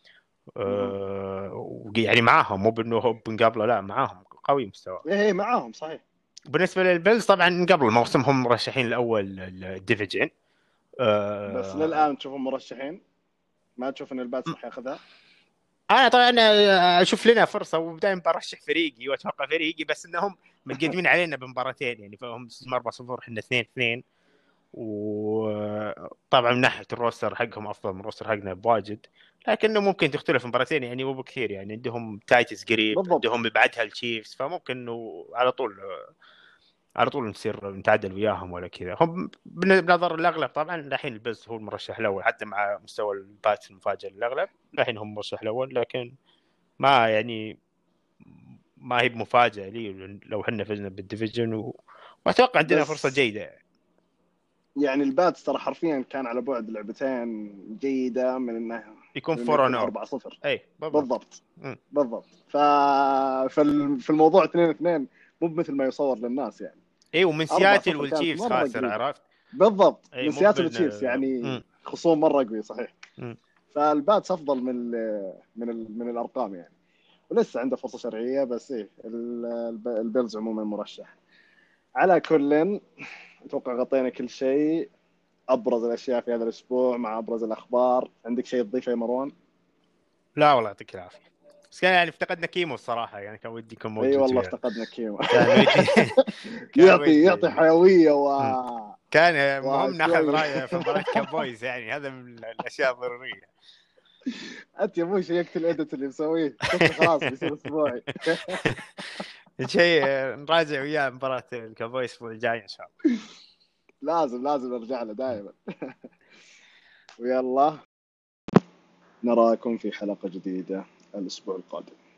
C: أه... يعني معاهم، مو بانه هو بنقابله، لا معاهم قوي مستوى.
B: ايه معاهم صحيح.
C: بالنسبه للبيلز طبعا قبل الموسم هم مرشحين الاول الديفيجن.
B: أه... بس للان تشوفهم مرشحين، ما تشوف ان الباتس راح ياخذها؟
C: انا طبعا انا اشوف لنا فرصه ودائما برشح فريقي واتوقع فريقي، بس انهم متقدمين علينا بمباراتين يعني، فهم أربعة صفر احنا اثنين اثنين، وطبعا من ناحيه الروستر حقهم افضل من الروستر حقنا بواجد، لكنه ممكن تختلف مباراتين يعني مو بكثير يعني. عندهم تايتس قريب بالضبط. عندهم بعدها التشيفز، فممكن انه على طول على طول نصير نتعادل وياهم ولا كذا. هم بنظر الاغلب طبعا الحين البيلز هو المرشح الاول، حتى مع مستوى الباتس المفاجئ الاغلب الحين هم المرشح الاول، لكن ما يعني ما هي بمفاجاه لي لو احنا فزنا بالديفيجن و... واتوقع عندنا فرصه جيده
B: يعني. الباتس ترى حرفيا كان على بعد لعبتين جيده من انه
C: يكون فور
B: أربعة صفر.
C: اي
B: بالضبط بالضبط, بالضبط. ف في الموضوع اثنين اثنين مو مثل ما يصور للناس يعني.
C: اي ومن سياتل والتشيفز خاسر، عرفت
B: بالضبط من سياتل والتشيفز يعني خصوم مره قوي صحيح. م. فالباتس افضل من ال من ال من الارقام يعني، ولسه عنده فرصه شرعيه، بس ايه البيلز عموما مرشح. على كل اتوقع غطينا كل شيء، ابرز الاشياء في هذا الاسبوع مع ابرز الاخبار. عندك شيء تضيفه يا مروان؟
C: لا والله يعطيك العافيه، بس كان يعني افتقدنا كيمو الصراحه يعني، كان ودي يكون موجود.
B: اي والله افتقدنا كيمو.
C: كان ودي
B: يعطي يعطي حيويه و
C: كان مهم ناخذ رايه في مباراه كابويز يعني، هذا من الاشياء الضروريه.
B: انت يا ابوي شيكت الاديت اللي مسويه خلاص بيصير اسبوعي.
C: شيء نراجع وياه مباراه الكابويز الاسبوع الجاي ان شاء الله.
B: لازم لازم نرجع له دائما. ويلا نراكم في حلقه جديده الاسبوع القادم.